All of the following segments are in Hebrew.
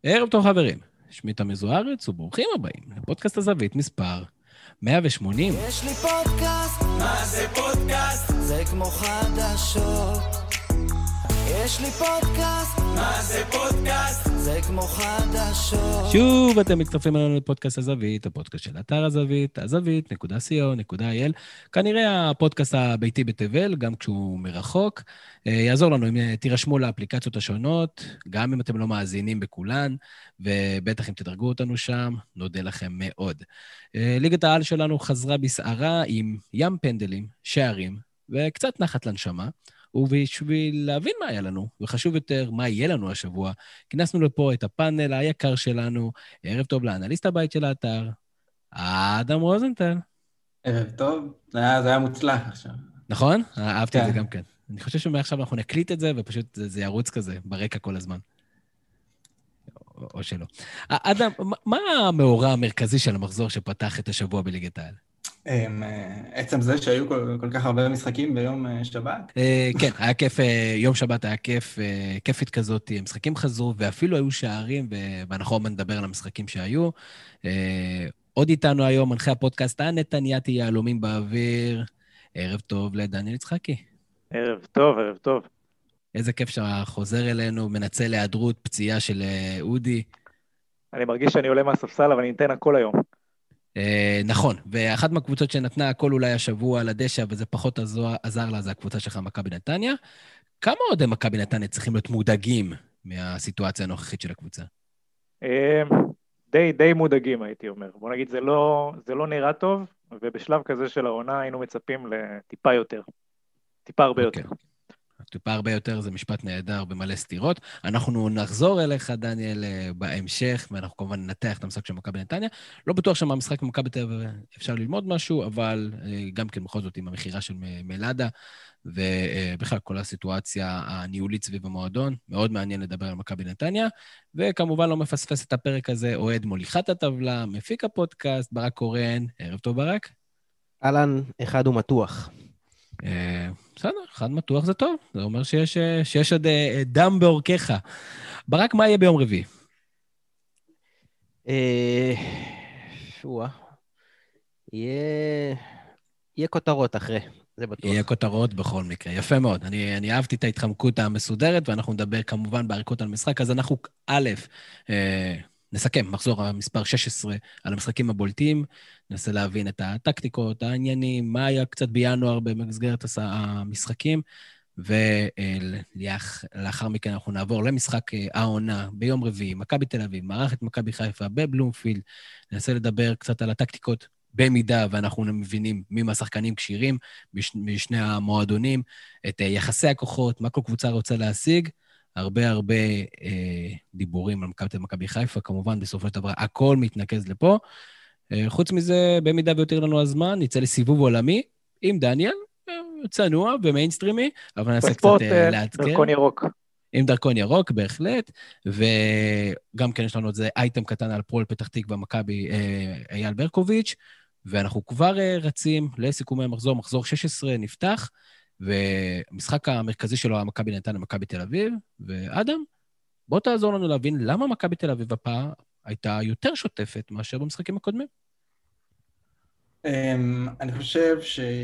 ערב טוב חברים, שמי תמיר זוארץ וברוכים הבאים לפודקאסט הזווית מספר 180. יש לי פודקאסט, מה זה פודקאסט? זה כמו חדשות. יש לי פודקאסט, מה זה פודקאסט? זה כמו חדשות. שוב אתם מצטרפים אלינו לפודקאסט הזווית, הפודקאסט של אתר הזווית, הזווית.co.il. כנראה הפודקאסט הביתי בתבל, גם כשהוא מרחוק. יעזור לנו אם תירשמו לאפליקציות השונות, גם אם אתם לא מאזינים בכולן, ובטח אם תדרגו אותנו שם, נודה לכם מאוד. ליגת העל שלנו חזרה בסערה עם ים פנדלים, שערים, וקצת נחת לנשמה. ובשביל להבין מה היה לנו, וחשוב יותר מה יהיה לנו השבוע, כינסנו לפה את הפאנל היקר שלנו, ערב טוב לאנליסט הבית של האתר, אדם רוזנטל. ערב טוב, זה היה מוצלח עכשיו. נכון? אהבתי את זה גם כן. אני חושב שמעכשיו אנחנו נקליט את זה, ופשוט זה ירוץ כזה ברקע כל הזמן. או שלא. אדם, מה המאורע המרכזי של המחזור שפתח את השבוע בליגת העל? עצם זה שהיו כל כך הרבה משחקים ביום שבת? כן, היה כיף, יום שבת היה כיפית כזאת, המשחקים חזרו, ואפילו היו שערים, ואנחנו עוד נדבר על המשחקים שהיו. עוד איתנו היום, מנחה הפודקאסט, הנתנייתי יהלומים באוויר. ערב טוב לדניאל יצחקי. ערב טוב, ערב טוב. איזה כיף שחוזר אלינו, מנצל להיעדרות פציעה של אודי. אני מרגיש שאני עולה מהספסל, אבל אני אתן הכל היום. נכון, ואחת מהקבוצות שנתנה הכל אולי השבוע על הדשא, וזה פחות עזר לה, זה הקבוצה שלך, מכבי נתניה. כמה עוד מכבי נתניה צריכים להיות מודאגים מהסיטואציה הנוכחית של הקבוצה? די מודאגים, הייתי אומר. בוא נגיד, זה לא נראה טוב, ובשלב כזה של העונה היינו מצפים לטיפה יותר. טיפה הרבה יותר. טיפה הרבה יותר זה משפט נהדר במלא סתירות. אנחנו נחזור אליך, דניאל, בהמשך, ואנחנו כמובן ננתח את המשחק של מכבי נתניה. לא בטוח שהמשחק במכבי תל אביב אפשר ללמוד משהו, אבל גם כן בכל זאת עם המחירה של מלאדה, ובכלל כל הסיטואציה הניהולית סביב המועדון, מאוד מעניין לדבר על מכבי נתניה, וכמובן לא מפספס את הפרק הזה, אוהד מוליכת הטבלה, מפיק הפודקאסט, ברק קורן. ערב טוב, ברק. אהלן, אחד ומתוח. בסדר, אחד מתוח זה טוב. זה אומר שיש עוד דם באורקך. ברק, מה יהיה ביום רביעי? יהיה כותרות אחרי, זה בטוח. יהיה כותרות בכל מקרה, יפה מאוד. אני אהבתי את ההתחמקות המסודרת, ואנחנו נדבר כמובן באריכות על משחק, אז אנחנו נסכם, מחזור המספר 16 על המשחקים הבולטים, ננסה להבין את הטקטיקות, העניינים, מה היה קצת בינואר במסגרת המשחקים, ולאחר מכן אנחנו נעבור למשחק העונה ביום רביעי, מכבי תל אביב, מארחת מכבי חיפה בבלומפילד, ננסה לדבר קצת על הטקטיקות, במידה ואנחנו מבינים מי מהשחקנים כשירים בשני המועדונים, את יחסי הכוחות, מה כל קבוצה רוצה להשיג, הרבה דיבורים על מכבי חיפה, כמובן בסופו של דבר הכל מתנקז לפה. חוץ מזה, במידה ויותר לנו הזמן, נצא לסיבוב עולמי עם דניאל, צנוע ומיינסטרימי, אבל נעשה קצת לאתגר. דרכון ירוק. עם דרכון ירוק, בהחלט, וגם כן יש לנו את זה אייטם קטן על פועל פתח תקווה מכבי אייל ברקוביץ', ואנחנו כבר רצים לסיכומי המחזור, מחזור 16 נפתח, ומשחק המרכזי שלו היה מכבי נתניה, מכבי תל אביב, ואדם, בוא תעזור לנו להבין למה מכבי תל אביב הפעם הייתה יותר שוטפת מאשר במשחקים הקודמים. אני חושב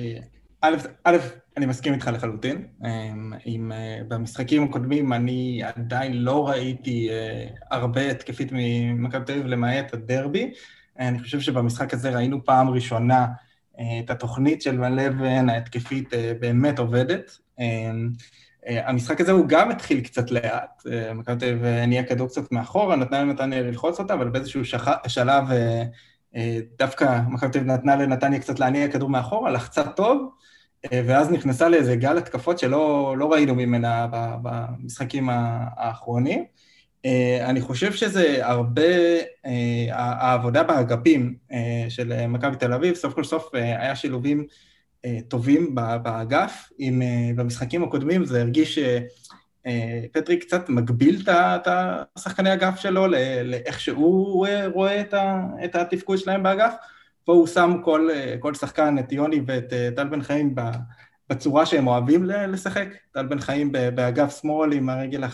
אני מסכים איתך לחלוטין. במשחקים הקודמים אני עדיין לא ראיתי הרבה התקפית ממכבי תל אביב למעט הדרבי. אני חושב שבמשחק הזה ראינו פעם ראשונה את התוכנית של ון לבן, ההתקפית באמת עובדת. המשחק הזה הוא גם התחיל קצת לאט, מכבי תל אביב נהיה כדור קצת מאחורה, נתנה לנתניה ללחוץ אותה, אבל באיזשהו שלב דווקא מכבי תל אביב נתנה לנתניה קצת להניע כדור מאחורה, לחצה טוב, ואז נכנסה לאיזה גל התקפות שלא ראינו ממנה במשחקים האחרונים. אני חושב שזה הרבה, העבודה באגפים של מכבי תל אביב, סוף כל סוף היה שילובים טובים באגף, במשחקים הקודמים זה הרגיש שפטריק קצת מגביל את השחקני אגף שלו, לאיך שהוא רואה את התפקוד שלהם באגף, פה הוא שם כל שחקן, את יוני ואת טל בן חיים בצורה שהם אוהבים לשחק. טל בן חיים באגף שמאל עם הרגל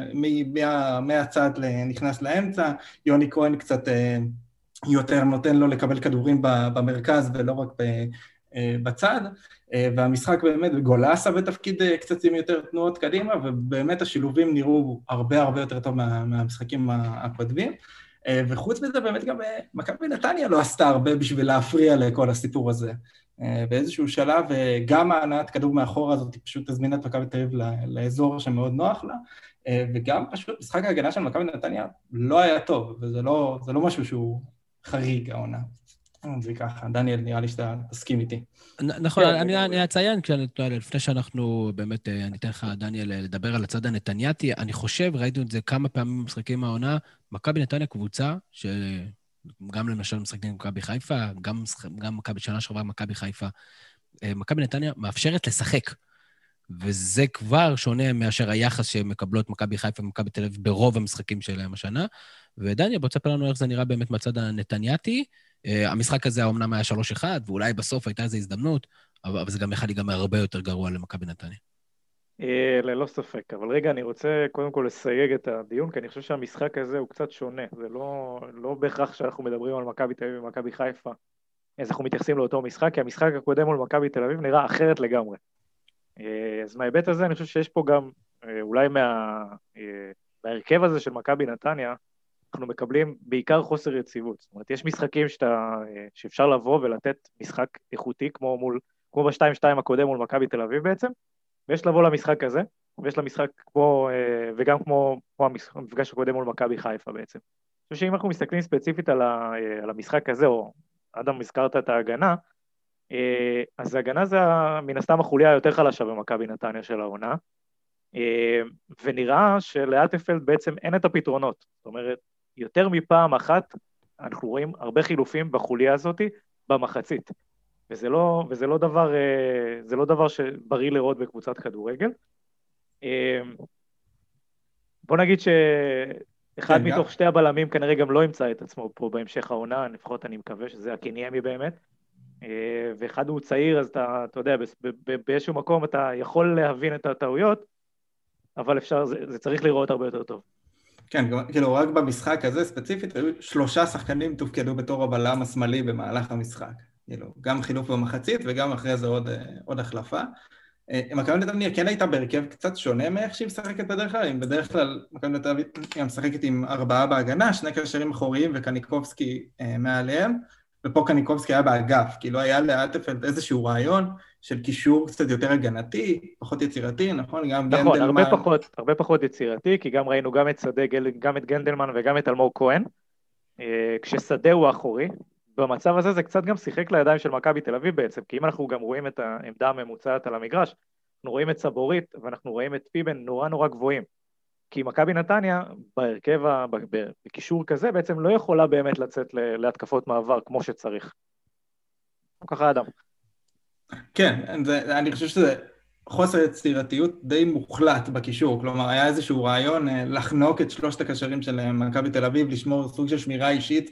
מהצד נכנס לאמצע, יוני כהן קצת יותר נותן לו לקבל כדורים במרכז ולא רק בצד, והמשחק באמת, גולסה בתפקיד קצת עם יותר תנועות קדימה, ובאמת השילובים נראו הרבה הרבה יותר טוב מהמשחקים הקודמים, וחוץ מזה באמת גם מכבי נתניה לא עשתה הרבה בשביל להפריע לכל הסיפור הזה. באיזשהו שלב, גם הענת כדור מאחורה הזאת פשוט תזמין את מכבי תל אביב לאזור שמאוד נוח לה, וגם פשוט משחק ההגנה של מכבי נתניה לא היה טוב, וזה לא משהו שהוא חריג העונה. זה ככה, דניאל, נראה לי שאתה תסכים איתי. נכון, אני אציין, לפני שאנחנו באמת, אני אתן לך, דניאל, לדבר על הצד הנתנייתי, אני חושב, ראינו את זה כמה פעמים במשחקים מהעונה, מכבי נתניה קבוצה, שגם למשל משחקים עם מכבי חיפה, גם מכבי שנה שעברה מכבי חיפה, מכבי נתניה מאפשרת לשחק, וזה כבר שונה מאשר היחס שמקבלות מכבי חיפה ומכבי תל אביב ברוב המשחקים שלהם השנה, ודניאל, בוא תספר לנו איך זה נראה באמת מהצד הנתנייתי. המשחק הזה האומנם היה 3-1, ואולי בסוף הייתה איזו הזדמנות, אבל זה גם יכול להיגמר הרבה יותר גרוע למכבי נתניה. ללא ספק, אבל רגע, אני רוצה קודם כל לסייג את הדיון, כי אני חושב שהמשחק הזה הוא קצת שונה, זה לא בהכרח שאנחנו מדברים על מכבי תל אביב ומכבי חיפה, אז אנחנו מתייחסים לאותו משחק, כי המשחק הקודם מול מכבי תל אביב נראה אחרת לגמרי. אז מההיבט הזה אני חושב שיש פה גם, אולי מההרכב הזה של מכבי נתניה, אנחנו מקבלים בעיקר חוסר יציבות. זאת אומרת, יש משחקים שאפשר לבוא ולתת משחק איכותי, כמו ב-2-2 הקודם מול מכבי תל אביב בעצם, ויש לבוא למשחק הזה, ויש למשחק וגם כמו המפגש הקודם מול מכבי חיפה בעצם. אני חושב שאם אנחנו מסתכלים ספציפית על המשחק הזה, או אדם הזכרת את ההגנה, אז ההגנה זה מן הסתם החוליה היותר חלשה במכבי נתניה של העונה, ונראה שלאלטפלד בעצם אין את הפתרונות. זאת אומרת, יותר מפעם אחת אנחנו רואים הרבה חילופים בחוליה הזאת במחצית, וזה לא דבר שבריא לראות בקבוצת כדורגל. בוא נגיד שאחד מתוך שתי הבלמים כנראה גם לא ימצא את עצמו פה בהמשך העונה, לפחות אני מקווה שזה הקניימי באמת, ואחד הוא צעיר, אז אתה יודע, באיזשהו מקום אתה יכול להבין את הטעויות, אבל זה צריך לראות הרבה יותר טוב. כן, כאילו רק במשחק הזה ספציפית, 3 שחקנים תופקדו בתור הבלם השמאלי במהלך המשחק. כאילו, גם חילוף במחצית וגם אחרי זה עוד החלפה. מכבי נתניה כן הייתה בהרכב קצת שונה מאיך שהיא משחקת בדרך כלל, אם בדרך כלל מכבי נתניה משחקת עם 4 בהגנה, 2 קשרים אחוריים וקניקובסקי מעליהם, ופה קניקובסקי היה באגף, כאילו היה לאלטפלד איזשהו רעיון של קישור קצת יותר הגנתי, פחות יצירתי, נכון? גם נכון, גנדלמן. הרבה פחות יצירתי, כי גם ראינו גם את שדה, גם את גנדלמן וגם את אלמוג כהן, כששדה הוא האחורי, במצב הזה זה קצת גם שיחק לידיים של מכבי תל אביב בעצם, כי אם אנחנו גם רואים את העמדה הממוצעת על המגרש, אנחנו רואים את סבורית ואנחנו רואים את פיבן נורא גבוהים, כי מכבי נתניה בהרכב, בקישור כזה, בעצם לא יכולה באמת לצאת להתקפות מעבר כמו שצריך. ככה אדם. כן, אני חושב שזה חוסר יצירתיות די מוחלט בקישור, כלומר היה איזשהו רעיון לחנוק את 3 הקשרים של מכבי תל אביב, לשמור סוג של שמירה אישית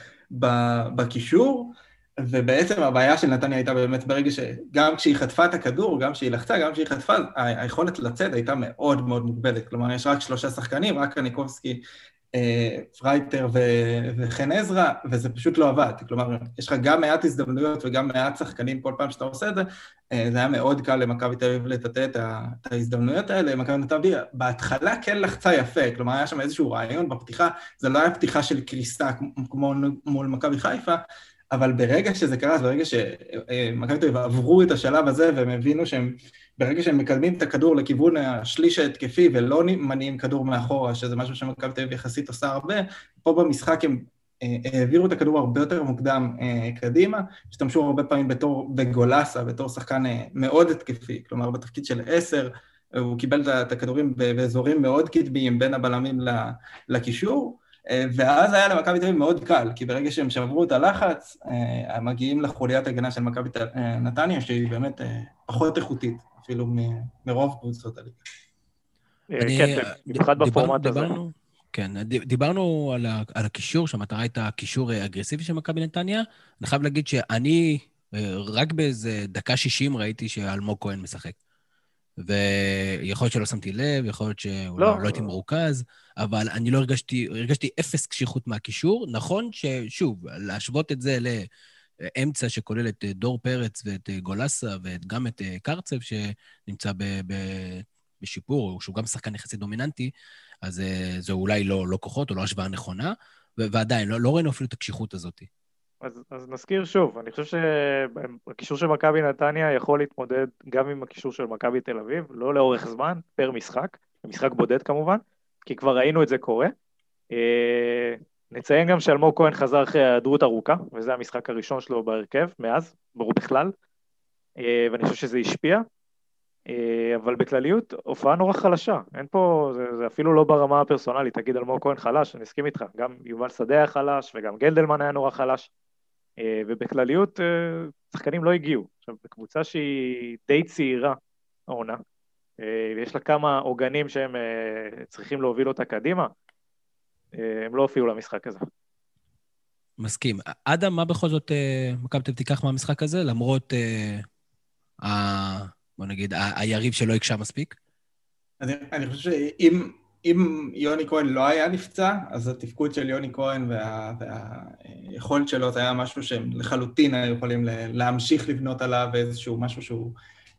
בקישור, ובעצם הבעיה של נתניה הייתה באמת ברגע שגם כשהיא חטפה את הכדור, גם כשהיא לחצה, גם כשהיא חטפה, היכולת לצאת הייתה מאוד מאוד מוגבלת, כלומר יש רק 3 שחקנים, רק קניקובסקי, פרייטר וחן עזרא, וזה פשוט לא עבד, כלומר יש לך גם מעט הזדמנויות וגם מעט שחקנים כל פעם שאתה עושה את זה, זה היה מאוד קל למכבי תל אביב לטאטא את ההזדמנויות האלה, מכבי נתניה בהתחלה כן לחצה יפה, כלומר היה שם איזשהו רעיון בפתיחה, זה לא היה פתיחה של קריסה כמו מול מכבי חיפה, אבל ברגע שזה קרה, ברגע שמכבי תל אביב עברו את השלב הזה, והם הבינו ברגע שהם מקדמים את הכדור לכיוון השליש ההתקפי, ולא מניעים כדור מאחורה, שזה משהו שמכבי תל אביב יחסית עושה הרבה, פה במשחק הם העבירו את הכדור הרבה יותר מוקדם קדימה, השתמשו הרבה פעמים בגולסה, בתור שחקן מאוד התקפי, כלומר בתפקיד של 10, הוא קיבל את הכדורים באזורים מאוד קדמיים בין הבלמים לקישור, ואז היה למכבי תל אביב מאוד קל, כי ברגע שהם שברו את הלחץ, הם מגיעים לחוליית הגנה של מכבי נתניה, שהיא באמת פחות איכותית, אפילו מרוב קבוצות הליגה. כן, במיוחד בפורמט הזה. כן, דיברנו על הקישור, שהמטרה הייתה קישור אגרסיבי של מכבי נתניה, אני חייב להגיד שאני רק באיזה דקה 60 ראיתי שאלמוג כהן משחק. ויכול להיות שלא שמתי לב, יכול להיות שאולי לא הייתי מרוכז, אבל אני לא הרגשתי אפס קשיחות מהקישור. נכון ששוב, להשוות את זה לאמצע שכולל את דור פרץ ואת גולסה וגם את קרצב שנמצא בשיפור, שהוא גם שחקן יחסי דומיננטי, אז זה אולי לא כוחות או לא השוואה נכונה, ועדיין, לא ראינו אפילו את הקשיחות הזאת. אז נזכיר שוב, אני חושב שהקישור של מכבי נתניה יכול להתמודד גם עם הקישור של מכבי תל אביב, לא לאורך זמן, פר משחק, משחק בודד כמובן, כי כבר ראינו את זה קורה. נציין גם שאלמוג כהן חזר אחרי היעדרות ארוכה, וזה המשחק הראשון שלו בהרכב, מאז, ברור בכלל, ואני חושב שזה השפיע, אבל בכלליות, הופעה נורא חלשה, אין פה, זה אפילו לא ברמה הפרסונלית, תגיד אלמוג כהן חלש, אני אסכים איתך, גם יובל שדה היה חלש, וגם גלדלמן היה נורא חלש, ובכלליות, שחקנים לא הגיעו. עכשיו, בקבוצה שהיא די צעירה, העונה, ויש לה כמה עוגנים שהם צריכים להוביל אותה קדימה, הם לא הופיעו למשחק הזה. מסכים. אדם, מה בכל זאת מכבי תל אביב תיקח מהמשחק הזה, למרות בוא נגיד, היריב שלא יקשה מספיק? אני חושב שאם יוני כהן לא היה נפצע, אז התפקוד של יוני כהן והיכולת שלו זה היה משהו שהם לחלוטין היו יכולים להמשיך לבנות עליו איזשהו משהו שהוא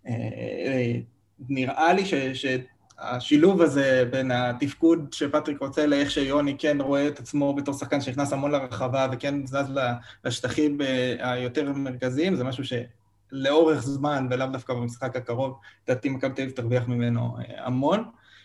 נראה לי שהשילוב הזה בין התפקוד שפטריק רוצה לאיך שיוני כן רואה את עצמו בתור שחקן שנכנס המון לרחבה וכן זז לשטחים היותר מרכזיים, זה משהו לאורך זמן, ולאו דווקא במשחק הקרוב, דעתי מכבי תל אביב תרוויח ממנו המון.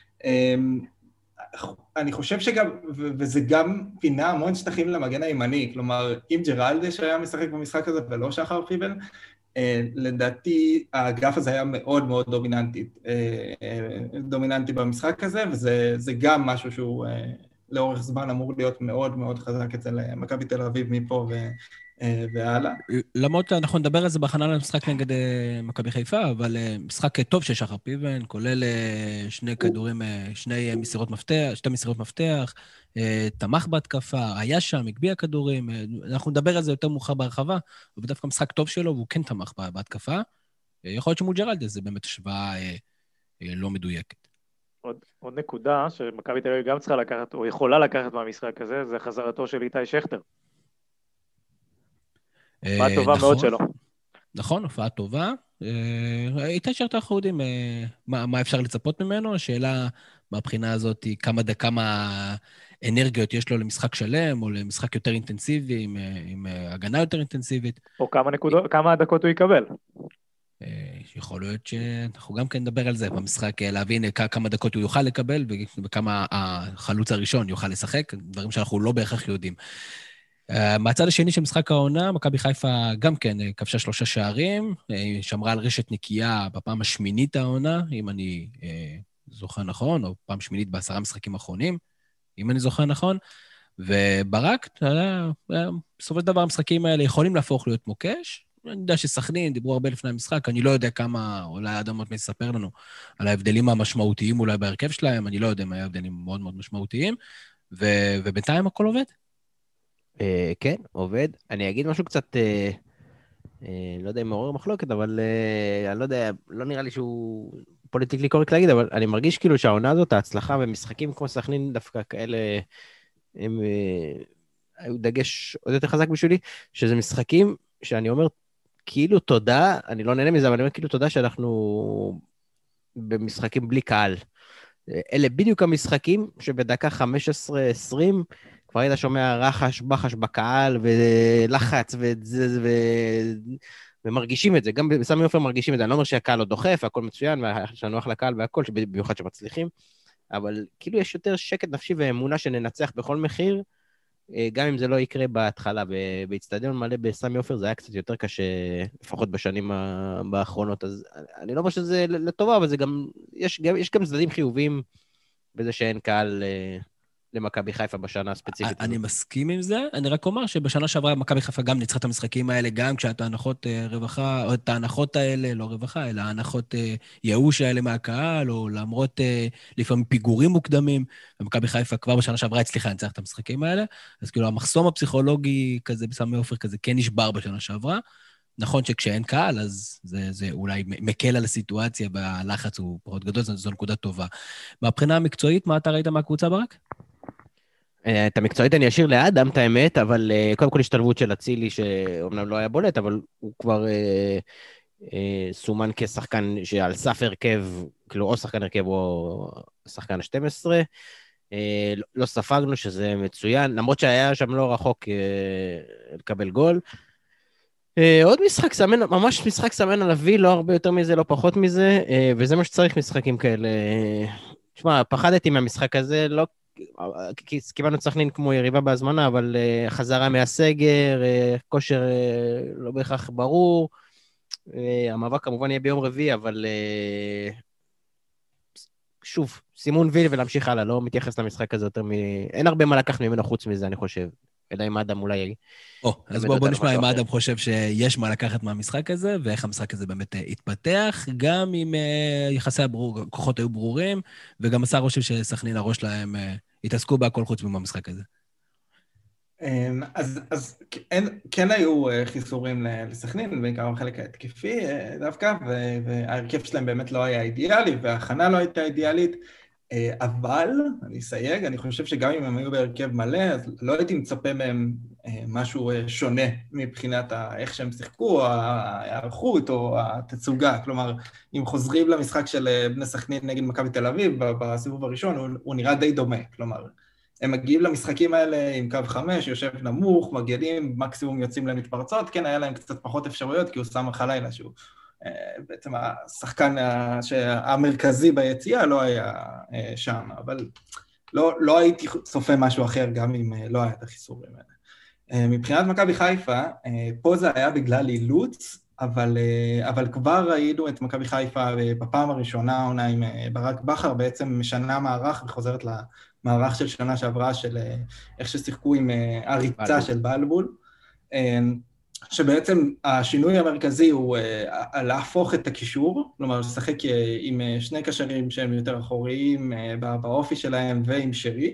אני חושב שגם, וזה גם פינה המון שטחים למגן הימני, כלומר, אם ג'רלדש היה משחק במשחק הזה ולא שחר פיבל, לדעתי האגף הזה היה מאוד מאוד דומיננטי במשחק הזה, וזה גם משהו שהוא לאורך זמן אמור להיות מאוד מאוד חזק אצל מכבי תל אביב מפה והלאה. למרות אנחנו נדבר על זה בהכנה למשחק נגד מכבי חיפה, אבל משחק טוב של שחר פיבן, כולל שני כדורים, שתי מסירות מפתח, תמך בהתקפה, היה שם, הגביע כדורים, אנחנו נדבר על זה יותר מאוחר בהרחבה, ובדווקא משחק טוב שלו, והוא כן תמך בהתקפה. יכול להיות שמול ג'רלדש, זה באמת השוואה לא מדויקת. עוד נקודה שמכבי תל אביב גם צריכה לקחת, או יכולה לקחת מהמשחק הזה, זה חזרתו של איתי שכטר. הופעה טובה מאוד שלו. נכון, הופעה טובה. איתי שכטר אנחנו יודעים מה אפשר לצפות ממנו, השאלה מהבחינה הזאת, כמה אנרגיות יש לו למשחק שלם, או למשחק יותר אינטנסיבי, עם הגנה יותר אינטנסיבית. או כמה דקות הוא יקבל. יכול להיות שאנחנו גם כן נדבר על זה במשחק, להבין כמה דקות הוא יוכל לקבל, וכמה החלוץ הראשון יוכל לשחק, דברים שאנחנו לא בהכרח יודעים. מהצד השני של משחק העונה, מכבי חיפה גם כן כבשה 3 שערים, שמרה על רשת נקייה בפעם השמינית העונה, אם אני זוכר נכון, או פעם שמינית ב10 משחקים האחרונים, אם אני זוכר נכון, וברק, בסופו של דבר המשחקים האלה יכולים להפוך להיות מוקש, אני יודע שסכנין דיברו הרבה לפני המשחק, אני לא יודע כמה, אולי אדם עוד מספר לנו, על ההבדלים המשמעותיים אולי בהרכב שלהם, אני לא יודע מה ההבדלים מאוד מאוד משמעותיים, ובינתיים הכל עובד. כן, עובד. אני אגיד משהו קצת, לא יודע אם מעורר מחלוקת, אבל אני לא יודע, לא נראה לי שהוא פוליטיקלי קורקט להגיד, אבל אני מרגיש כאילו שהעונה הזאת, ההצלחה במשחקים כמו סכנין דווקא כאלה, הם היו דגש עוד יותר חזק בשבילי, שזה משחקים שאני אומר, כאילו תודה, אני לא נהנה מזה, אבל אני אומר כאילו תודה שאנחנו במשחקים בלי קהל. אלה בדיוק המשחקים שבדקה 15-20, כבר היית שומע רחש, בחש בקהל, ולחץ, ומרגישים את זה. גם בסמי עופר מרגישים את זה. אני לא אומר שהקהל לא דוחף, הכל מצוין, ושנוח לקהל והכל, במיוחד שמצליחים, אבל כאילו יש יותר שקט נפשי ואמונה שננצח בכל מחיר, גם אם זה לא יקרה בהתחלה. בהצטדיון מלא בסמי עופר זה היה קצת יותר קשה, לפחות בשנים האחרונות. אז אני לא אומר שזה לטובה, אבל זה גם, יש גם צדדים חיוביים בזה שאין קהל למכבי חיפה בשנה הספציפית. אני מסכים עם זה, אני רק אומר שבשנה שעברה מכבי חיפה גם ניצחה את המשחקים האלה, גם כשאת ההנחות רווחה, או את ההנחות האלה, לא רווחה, אלא ההנחות ייאוש האלה מהקהל, או למרות לפעמים פיגורים מוקדמים, ומכבי חיפה כבר בשנה שעברה הצליחה לנצח את המשחקים האלה, אז כאילו המחסום הפסיכולוגי כזה בסמי עופר כזה כן נשבר בשנה שעברה, נכון שכשאין קהל, אז זה אולי מקל על הסיטואציה, והלחץ הוא פחות גדול, זו נקודה טובה. מהבחינה המקצועית, מה אתה ראית מהקבוצה ברק? את המקצועית אני אשאיר לאדם, את האמת, אבל קודם כל השתלבות של אצילי, שאומנם לא היה בולט, אבל הוא כבר סומן כשחקן שעל סף הרכב, כאילו או שחקן הרכב או שחקן ה-12, לא ספגנו שזה מצוין, למרות שהיה שם לא רחוק לקבל גול. עוד משחק סמן, ממש משחק סמן על אבי, לא הרבה יותר מזה, לא פחות מזה, וזה מה שצריך משחקים כאלה. תשמע, פחדתי מהמשחק הזה, לא, כי קיבלנו סכנין כמו יריבה בהזמנה, אבל חזרה מהסגר, כושר לא בהכרח ברור, המאבק כמובן יהיה ביום רביעי, אבל שוב, סימון ויל ולהמשיך הלאה, לא מתייחס למשחק הזה יותר אין הרבה מה לקחת ממנו חוץ מזה, אני חושב. אלא אם אדם אולי... אז בוא נשמע אם אדם חושב שיש מה לקחת מהמשחק הזה, ואיך המשחק הזה באמת התפתח, גם אם יחסי הכוחות היו ברורים, וגם עשה רושם שסכנין הראש להם התעסקו בהכל חוץ מהמשחק הזה. אז כן היו חיסורים לסכנין, בעיקר בחלק ההתקפי דווקא, וההרכב שלהם באמת לא היה אידיאלי, וההכנה לא הייתה אידיאלית, אבל, אני אסייג, אני חושב שגם אם הם היו בהרכב מלא, אז לא הייתי מצפה מהם משהו שונה מבחינת איך שהם שיחקו, ההיערכות או התצוגה. כלומר, אם חוזרים למשחק של בני סכנין נגד מכבי תל אביב, בסיבוב הראשון, הוא נראה די דומה. כלומר, הם מגיעים למשחקים האלה עם קו 5, יושב נמוך, מגנים, מקסימום יוצאים להם מתפרצות, כן, היה להם קצת פחות אפשרויות, כי הוא שם חלילה שהוא... בעצם השחקן המרכזי ביציאה לא היה שם, אבל לא הייתי צופה משהו אחר גם אם לא היה את החיסורים האלה. מבחינת מכבי חיפה, פה זה היה בגלל אילוץ, אבל כבר ראינו את מכבי חיפה בפעם הראשונה, עונה עם ברק בכר, בעצם משנה מערך וחוזרת למערך של שנה שעברה, של איך ששיחקו עם הריצה של בלבול, שבעצם השינוי המרכזי הוא להפוך את הקישור, כלומר, לשחק עם שני קשרים שהם יותר אחוריים באופי שלהם ועם שרי,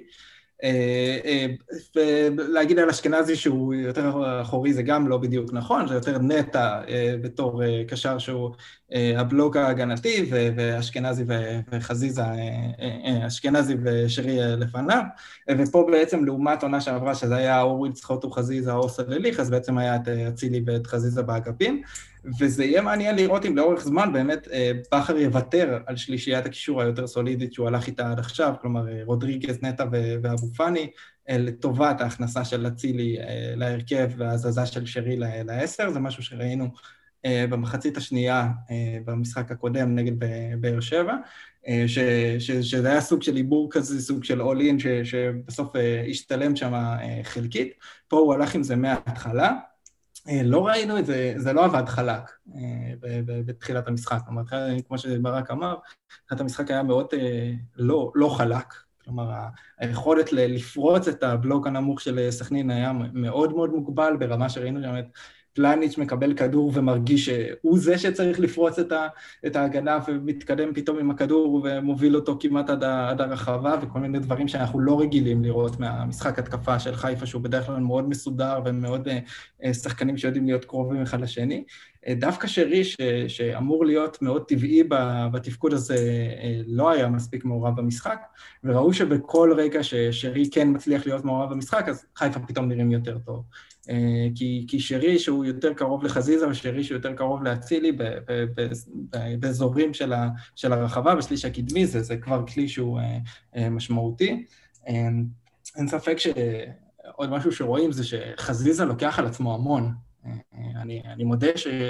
ולהגיד על אשכנזי שהוא יותר אחורי זה גם לא בדיוק נכון, זה יותר נטע בתור קשר שהוא הבלוק ההגנתי, ואשכנזי וחזיזה, אשכנזי ושרי לפניו, ופה בעצם לעומת עונה שעברה שזה היה או ווילדסחוט או חזיזה או סלליך, אז בעצם היה את אצילי ואת חזיזה באגפים, וזה יהיה מעניין לראות אם לאורך זמן באמת בכר יוותר על שלישיית הקישור היותר סולידית שהוא הלך איתה עד עכשיו, כלומר רודריגז, נטע ואבו פאני, לטובת ההכנסה של אצילי להרכב והזזה של שרי ל-10, זה משהו שראינו במחצית השנייה במשחק הקודם נגד באר שבע, שזה היה סוג של עיבור כזה, סוג של all-in שבסוף השתלם שם חלקית, פה הוא הלך עם זה מההתחלה, לא ראינו את זה, זה לא עבד חלק בתחילת המשחק, כמו שברק אמר, תחילת המשחק היה מאוד לא חלק, כלומר היכולת לפרוץ את הבלוק הנמוך של סכנין היה מאוד מאוד מוגבל, ברמה שראינו שם את פלניץ' מקבל כדור ומרגיש שהוא זה שצריך לפרוץ את ההגנה ומתקדם פתאום עם הכדור ומוביל אותו כמעט עד הרחבה, וכל מיני דברים שאנחנו לא רגילים לראות מהמשחק התקפה של חיפה, שהוא בדרך כלל מאוד מסודר ומאוד שחקנים שיודעים להיות קרובים אחד לשני. דווקא שרי שאמור להיות מאוד טבעי בתפקוד הזה לא היה מספיק מעורב במשחק, וראו שבכל רגע ששרי כן מצליח להיות מעורב במשחק, אז חיפה פתאום נראים יותר טוב. כי שרי שהוא יותר קרוב לחזיזה, ושרי שהוא יותר קרוב להצילי באזורים של הרחבה, בשליש הקדמי, זה כבר כלי שהוא משמעותי. אין ספק שעוד משהו שרואים זה שחזיזה לוקח על עצמו המון. אני מודה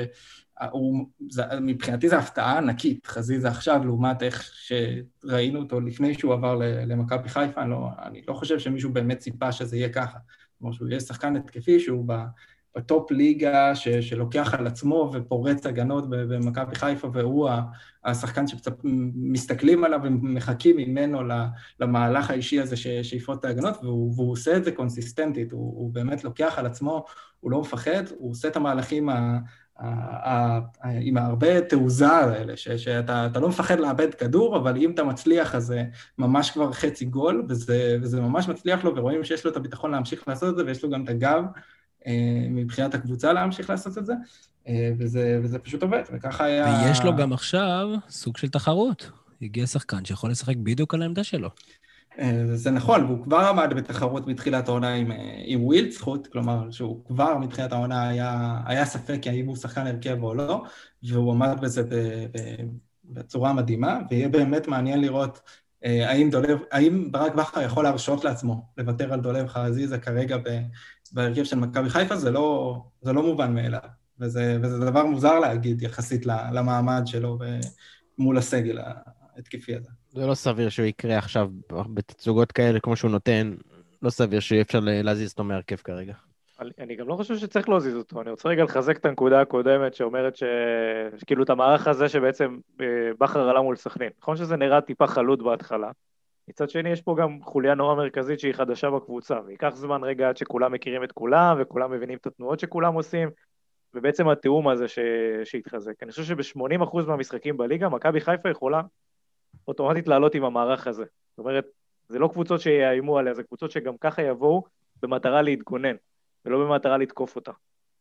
מבחינתי זה הפתעה ענקית, חזיזה עכשיו, לעומת איך שראינו אותו לפני שהוא עבר למכבי חיפה, אני לא חושב שמישהו באמת ציפה שזה יהיה ככה. כמו שהוא יהיה שחקן התקפי שהוא בטופ ליגה שלוקח על עצמו ופורץ הגנות במכבי חיפה, והוא השחקן שמסתכלים עליו ומחכים ממנו למהלך האישי הזה שיפרוץ את ההגנות, והוא עושה את זה קונסיסטנטית, הוא באמת לוקח על עצמו, הוא לא מפחד, הוא עושה את המהלכים עם הרבה תעוזה האלה, שאתה לא מפחד לאבד כדור, אבל אם אתה מצליח, אז זה ממש כבר חצי גול, וזה ממש מצליח לו, ורואים שיש לו את הביטחון להמשיך לעשות את זה, ויש לו גם את הגב מבחינת הקבוצה להמשיך לעשות את זה, וזה פשוט עובד, וככה היה... ויש לו גם עכשיו סוג של תחרות. הגיע שחקן שיכול לשחק בדיוק על העמדה שלו. זה נכון, והוא כבר עמד בתחרות מתחילת העונה עם ווילדסחוט, כלומר שהוא כבר מתחילת העונה היה ספק האם הוא שחקן הרכב או לא, והוא עמד בזה בצורה מדהימה, ויהיה באמת מעניין לראות האם ברק בכר יכול להרשות לעצמו לוותר על דולב חזיזה כרגע בהרכב של מכבי חיפה, זה לא מובן מאליו, וזה דבר מוזר להגיד יחסית למעמד שלו מול הסגל ההתקפי הזה. זה לא סביר שהוא יקרה עכשיו בתצוגות כאלה כמו שהוא נותן, לא סביר שיהיה אפשר להזיז אותו מהרכב כרגע. אני גם לא חושב שצריך להזיז אותו, אני רוצה רגע לחזק את הנקודה הקודמת שאומרת שכאילו את המערך הזה שבעצם בכר עלה מול סכנין, נכון שזה נראה טיפה חלוד בהתחלה, מצד שני יש פה גם חוליה נורא מרכזית שהיא חדשה בקבוצה, ויקח זמן רגע עד שכולם מכירים את כולם וכולם מבינים את התנועות שכולם עושים, ובעצם התיאום הזה שהתחזק. אני חושב שב-80% מהמשחקים בליגה מכבי חיפה יכולה אוטומטית לעלות עם המערך הזה. זאת אומרת, זה לא קבוצות שיאיימו עליה, זה קבוצות שגם ככה יבואו במטרה להתגונן, ולא במטרה לתקוף אותה.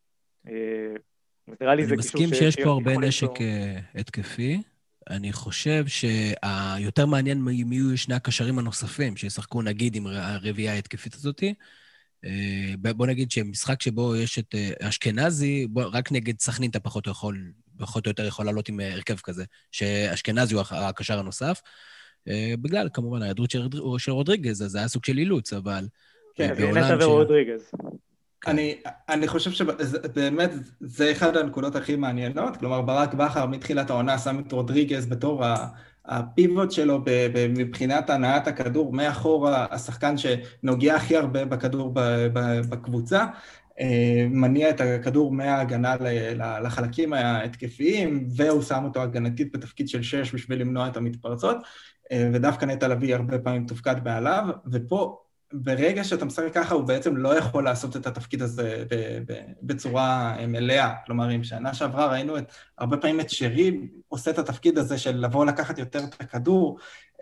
נראה לי זה קישור אני מסכים שיש פה הרבה נשק התקפי. אני חושב שהיותר מעניין מי יהיו שני הקשרים הנוספים, שישחקו נגיד עם הרביעייה ההתקפית הזאת. בוא נגיד שמשחק שבו יש את אשכנזי, רק נגד סכנין אתה פחות או יותר יכול לעלות עם הרכב כזה, שאשכנזי הוא הקשר הנוסף, בגלל כמובן ההיעדרות של רודריגז, אז זה היה סוג של אילוץ, אבל... כן, זה נטע ורודריגז. אני חושב שבאמת זה אחד הנקודות הכי מעניינות, כלומר ברק בכר מתחילת העונה שם את רודריגז בתור הפיבוט שלו מבחינת הנעת הכדור, מאחור השחקן שנוגע הכי הרבה בכדור בקבוצה, מניע את הכדור מההגנה לחלקים ההתקפיים, והוא שם אותו הגנתית בתפקיד של 6 בשביל למנוע את המתפרצות, ודווקא נטע לביא הרבה פעמים תופקד מעליו, ופה ברגע שאתה משחק ככה, הוא בעצם לא יכול לעשות את התפקיד הזה בצורה מלאה. כלומר, אם שנה שעברה ראינו הרבה פעמים את שרי עושה את התפקיד הזה של לבוא לקחת יותר את הכדור,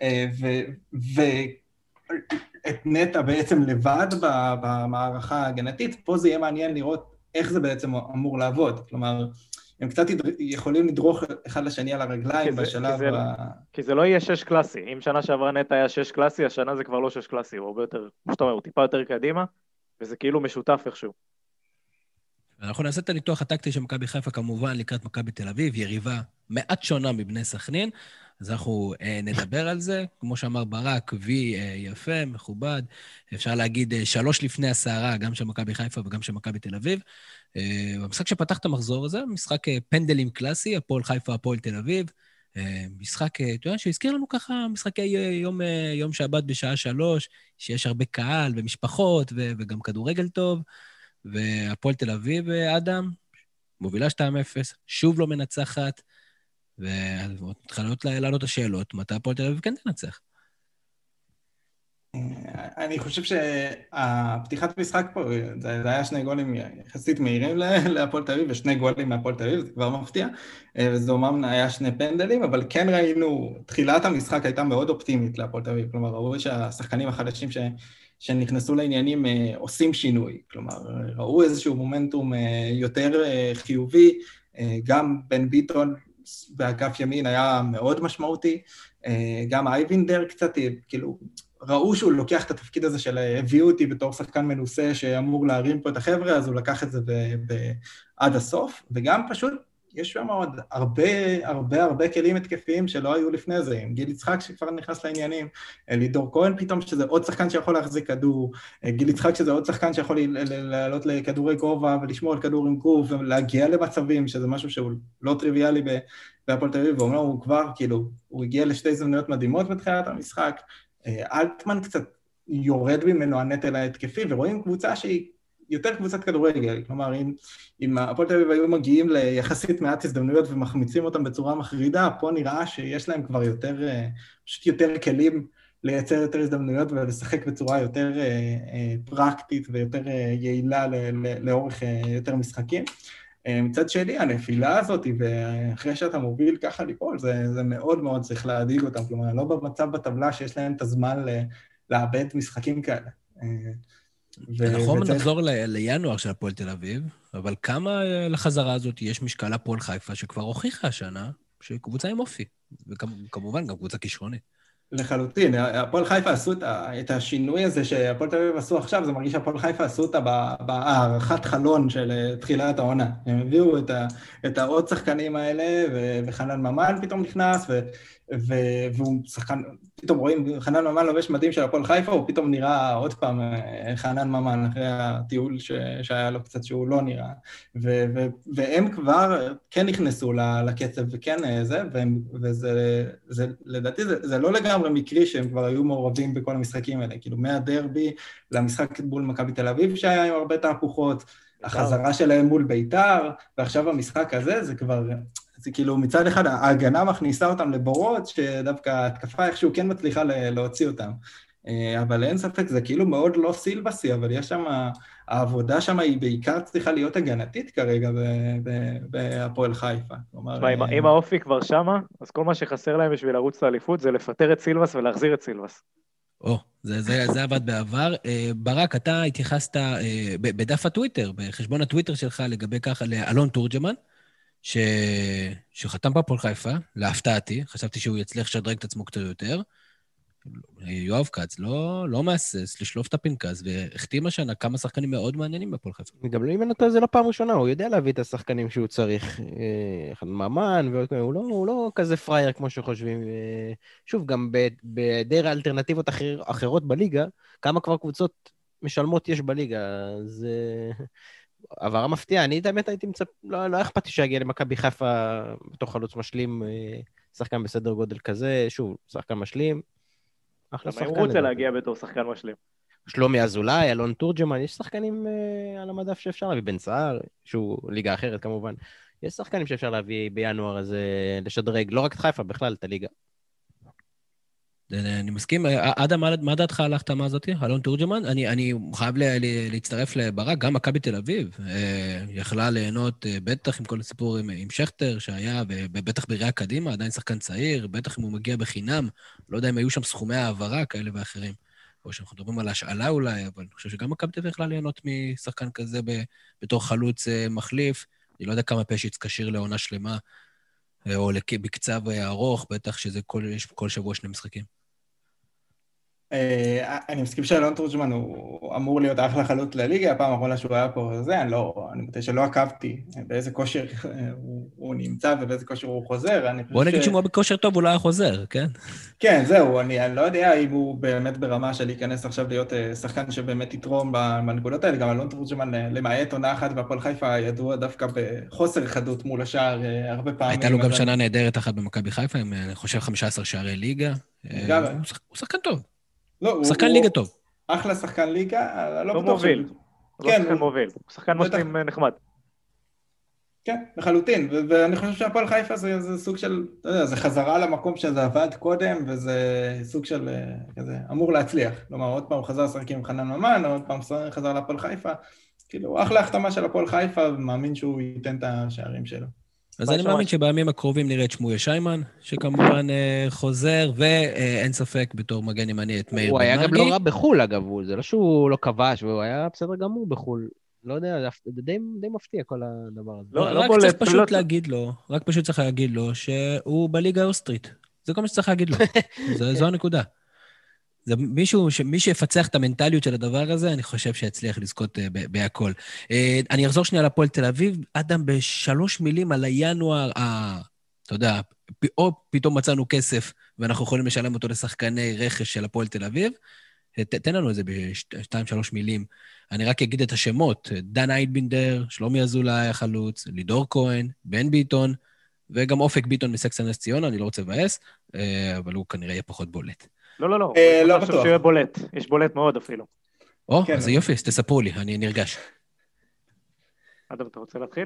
ואת נטע בעצם לבד במערכה ההגנתית, פה זה יהיה מעניין לראות איך זה בעצם אמור לעבוד. כלומר, הם קצת יכולים לדרוך אחד לשני על הרגליים בשלב... כי זה לא יהיה 6 קלאסי. אם שנה שעברה נטע היה 6 קלאסי, השנה זה כבר לא 6 קלאסי, הוא הרבה יותר, כמו שאתה אומר, הוא טיפה יותר קדימה, וזה כאילו משותף איכשהו. אנחנו נעשה את הניתוח הטקטי של מכבי חיפה, כמובן, לקראת מכבי תל אביב, יריבה מעט שונה מבני סכנין, אז אנחנו נדבר על זה. כמו שאמר ברק, וי יפה, מכובד, אפשר להגיד 3 לפני הסערה, גם של מכבי חיפה וגם של מכבי תל אביב. במשחק שפתח את המחזור הזה, משחק פנדלים קלאסי, הפועל חיפה, הפועל תל אביב, משחק, אתה יודע, שהזכיר לנו ככה, משחקי יום שבת בשעה 3, שיש הרבה קהל ומשפחות וגם כדורגל טוב, והפועל תל אביב, אדם, מובילה 2-0, שוב לא מנצחת, ומתחלות לעלות השאלות, מתי הפועל תל אביב כן תנצח? אני חושב שהפתיחת משחק פה, זה היה 2 גולים יחסית מהירים להפועל תל אביב, ו2 גולים מהפועל תל אביב, זה כבר מפתיע, וזה אומנם היה 2 פנדלים, אבל כן ראינו, תחילת המשחק הייתה מאוד אופטימית להפועל תל אביב, כלומר, ראו שהשחקנים החדשים שנכנסו לעניינים עושים שינוי, כלומר, ראו איזשהו מומנטום יותר חיובי, גם בן ביטון באגף ימין היה מאוד משמעותי, גם אייבינדר קצת, כאילו, ראו שהוא לוקח את התפקיד הזה של הביאו אותי בתור שחקן מנוסה שאמור להרים פה את החבר'ה, אז הוא לקח את זה עד הסוף, וגם פשוט יש שם עוד הרבה כלים התקפיים שלא היו לפני זה, עם גיל יצחק שכבר נכנס לעניינים, לידור כהן פתאום שזה עוד שחקן שיכול להחזיק כדור, גיל יצחק שזה עוד שחקן שיכול לעלות לכדורי גובה ולשמור על כדור עם גוף ולהגיע למצבים, שזה משהו שהוא לא טריוויאלי בהפועל תל אביב, ואומנם הוא כבר, כאילו, הוא הגיע לשתי הזדמנויות מדהימות בתחילת המשחק, אלטמן קצת יורד ממנו הנטל ההתקפי, ורואים קבוצה שהיא יותר קבוצת כדורגל, כלומר, אם הפועל תל אביב היו מגיעים ליחסית מעט הזדמנויות ומחמיצים אותם בצורה מחרידה, פה נראה שיש להם כבר פשוט יותר כלים לייצר יותר הזדמנויות ולשחק בצורה יותר פרקטית ויותר יעילה לאורך יותר משחקים. מצד שני, הנפילה הזאת, ואחרי שאתה מוביל ככה ליפול, זה מאוד מאוד צריך להדאיג אותם, כלומר, לא במצב בטבלה שיש להם את הזמן לאבד משחקים כאלה. נכון, נחזור לינואר של הפועל תל אביב, אבל כמה לחזרה הזאת יש משקל הפועל חיפה, שכבר הוכיחה השנה, שקבוצה עם אופי, וכמובן גם קבוצה כישרונית. לחלוטין, הפועל חיפה עשו את השינוי הזה שהפועל תל אביב עשו עכשיו, זה מרגיש שהפועל חיפה עשו אותה בהערכת חלון של תחילת העונה. הם הביאו את העוד שחקנים האלה, וחנן ממן פתאום נכנס, והוא שחקן, פתאום רואים, חנן ממן לובש מדים של הפועל חיפה, הוא פתאום נראה עוד פעם חנן ממן, אחרי הטיול שהיה לו קצת שהוא לא נראה. והם כבר כן נכנסו לקצב וכן זה, וזה, לדעתי, זה לא לגמרי מקרי שהם כבר היו מעורבים בכל המשחקים האלה, כאילו מהדרבי למשחק מול מכבי תל אביב שהיה עם הרבה תהפוכות, החזרה שלהם מול ביתר, ועכשיו המשחק הזה, זה כבר... זה כאילו מצד אחד ההגנה מכניסה אותם לבורות, שדווקא התקפה איכשהו כן מצליחה להוציא אותם. אבל אין ספק, זה כאילו מאוד לא סילבסי, אבל יש שם, העבודה שם היא בעיקר צריכה להיות הגנתית כרגע בהפועל חיפה. אם האופי כבר שמה, אז כל מה שחסר להם בשביל לרוץ לאליפות, זה לפטר את סילבס ולהחזיר את סילבס. זה עבד בעבר. ברק, אתה התייחסת בדף הטוויטר, בחשבון הטוויטר שלך לגבי ככה לאלון תורג'מן, שחתם בהפועל חיפה, להפתעתי, חשבתי שהוא יצליח לשדרג את עצמו קצת יותר. יואב כץ לא מהסס לשלוף את הפנקס, והחתים השנה כמה שחקנים מאוד מעניינים בהפועל חיפה. גם לא אימן אותו, זה לא פעם ראשונה, הוא יודע להביא את השחקנים שהוא צריך, ממן, הוא לא כזה פרייר כמו שחושבים. שוב, גם בהיעדר האלטרנטיבות אחרות בליגה, כמה כבר קבוצות משלמות יש בליגה, אז... עברה מפתיעה, אני באמת הייתי מצפ... לא אכפתי שיגיע למכבי חיפה בתוך חלוץ משלים, שחקן בסדר גודל כזה, שוב, שחקן משלים, אחלה שחקן. הוא רוצה להגיע בתור שחקן משלים. שלומי אזולאי, אלון תורג'מן, יש שחקנים על המדף שאפשר להביא, בן סער, שהוא ליגה אחרת כמובן, יש שחקנים שאפשר להביא בינואר הזה לשדרג, לא רק את חיפה, בכלל את הליגה. אני מסכים. אדם, מה דעתך על ההחתמה הזאת? אלון תורג'מן? אני חייב להצטרף לברק, גם מכבי תל אביב. יכלה ליהנות בטח עם כל הסיפור עם שכטר שהיה, ובטח בראייה קדימה, עדיין שחקן צעיר, בטח אם הוא מגיע בחינם, לא יודע אם היו שם סכומי העברה כאלה ואחרים, או שאנחנו מדברים על השאלה אולי, אבל אני חושב שגם מכבי תל אביב יכלה ליהנות משחקן כזה בתור חלוץ מחליף. אני לא יודע כמה פשיץ קשיר לעונה שלמה, או בקצב ארוך, בטח שזה כל שבוע 2 משחקים. אני מסכים שאלון תורג'מן הוא אמור להיות אחלה חלוץ לליגה, הפעם האחרונה שהוא היה פה וזה, אני מתי שלא עקבתי באיזה כושר הוא נמצא ובאיזה כושר הוא חוזר. בוא נגיד שהוא בכושר טוב, הוא לא היה חוזר, כן? כן, זהו, אני לא יודע אם הוא באמת ברמה של להיכנס עכשיו להיות שחקן שבאמת יתרום בנקודות האלה, גם אלון תורג'מן למעט עונה אחת והפועל חיפה ידוע דווקא בחוסר חדות מול השער הרבה פעמים. הייתה לו גם שנה נהדרת אחת במכבי חיפה, עם אני חושב 15 שערי ליגה. הוא שחקן טוב. שחקן ליגה טוב. אחלה שחקן ליגה, לא מוביל. לא שחקן מוביל, הוא שחקן משלים נחמד. כן, לחלוטין, ואני חושב שהפועל חיפה זה סוג של, אתה יודע, זה חזרה למקום שזה עבד קודם, וזה סוג של, כזה, אמור להצליח. כלומר, עוד פעם חזר לשחק עם חנן ממן, עוד פעם חזר לפועל חיפה, כאילו, אחלה החתמה של הפועל חיפה, ומאמין שהוא ייתן את השערים שלו. אז אני מאמין שבימים הקרובים נראה את שמואל שיימן, שכמובן חוזר, ואין ספק בתור מגן ימני את מאיר בן מרגי. הוא היה גם לא רע בחול, אגב, זה לא שהוא לא כבש, והוא היה בסדר גמור בחול. לא יודע, זה די מפתיע כל הדבר הזה. רק צריך פשוט להגיד לו, רק פשוט צריך להגיד לו שהוא בליגה האוסטרית. זה כל מה שצריך להגיד לו. זו הנקודה. זה מי שיפצח את המנטליות של הדבר הזה, אני חושב שיצליח לזכות בהכל. אני אחזור שנייה לפועל תל אביב, אדם ב3 מילים על הינואר, אתה יודע, או פתאום מצאנו כסף, ואנחנו יכולים לשלם אותו לשחקני רכש של הפועל תל אביב, תן לנו את זה ב2-3 מילים. אני רק אגיד את השמות, דן איידבינדר, שלומי אזולאי החלוץ, לידור כהן, בן ביטון, וגם אופק ביטון מסקסי נס ציונה, אני לא רוצה לבאס, אבל הוא כנראה יהיה פחות בולט. לא. לא בטוח. שיהיה בולט. יש בולט מאוד אפילו. אז יופי, אז תספרו לי, אני נרגש. אדם, אתה רוצה להתחיל?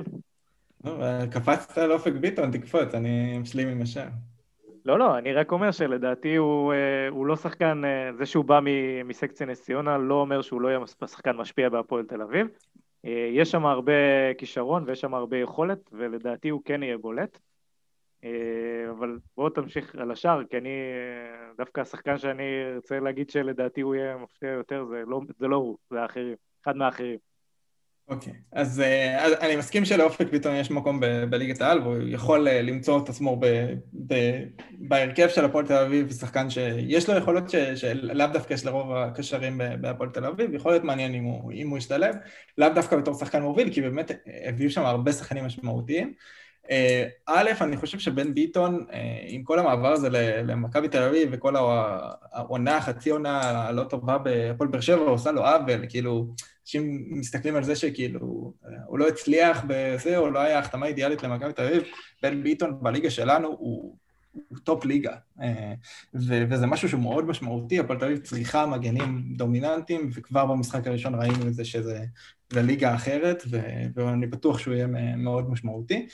קפצת על אופק ביטון, תקפוץ, אני משלים עם השם. לא, אני רק אומר שלדעתי הוא לא שחקן, זה שהוא בא מסקציה נס ציונה, לא אומר שהוא לא יהיה שחקן משפיע בהפועל תל אביב. יש שם הרבה כישרון ויש שם הרבה יכולת, ולדעתי הוא כן יהיה בולט. אבל בואו תמשיך על השאר, כי אני, דווקא השחקן שאני רוצה להגיד שלדעתי הוא יהיה מפתיע יותר, זה לא הוא, זה האחרים, אחד מהאחרים. אוקיי, אז אני מסכים שלאופק ביטון יש מקום בליגת העל, והוא יכול למצוא את עצמו בהרכב של הפועל תל אביב, שחקן שיש לו יכולות שלאו דווקא יש לרוב הקשרים בהפועל תל אביב, יכול להיות מעניין אם הוא ישתלב, לאו דווקא בתור שחקן מוביל, כי באמת הביאו שם הרבה שחקנים משמעותיים. א', אני חושב שבן ביטון, עם כל המעבר הזה למכבי תל אביב, וכל העונה, חצי עונה הלא טובה בהפועל באר שבע, עושה לו עוול, כאילו, אנשים מסתכלים על זה שכאילו, הוא לא הצליח בזה, או לא היה החתמה אידיאלית למכבי תל אביב, בן ביטון בליגה שלנו הוא טופ ליגה, וזה משהו שהוא מאוד משמעותי, הפועל תל אביב צריכה מגנים דומיננטיים, וכבר במשחק הראשון ראינו את זה שזה ליגה אחרת, ואני בטוח שהוא יהיה מאוד משמעותי.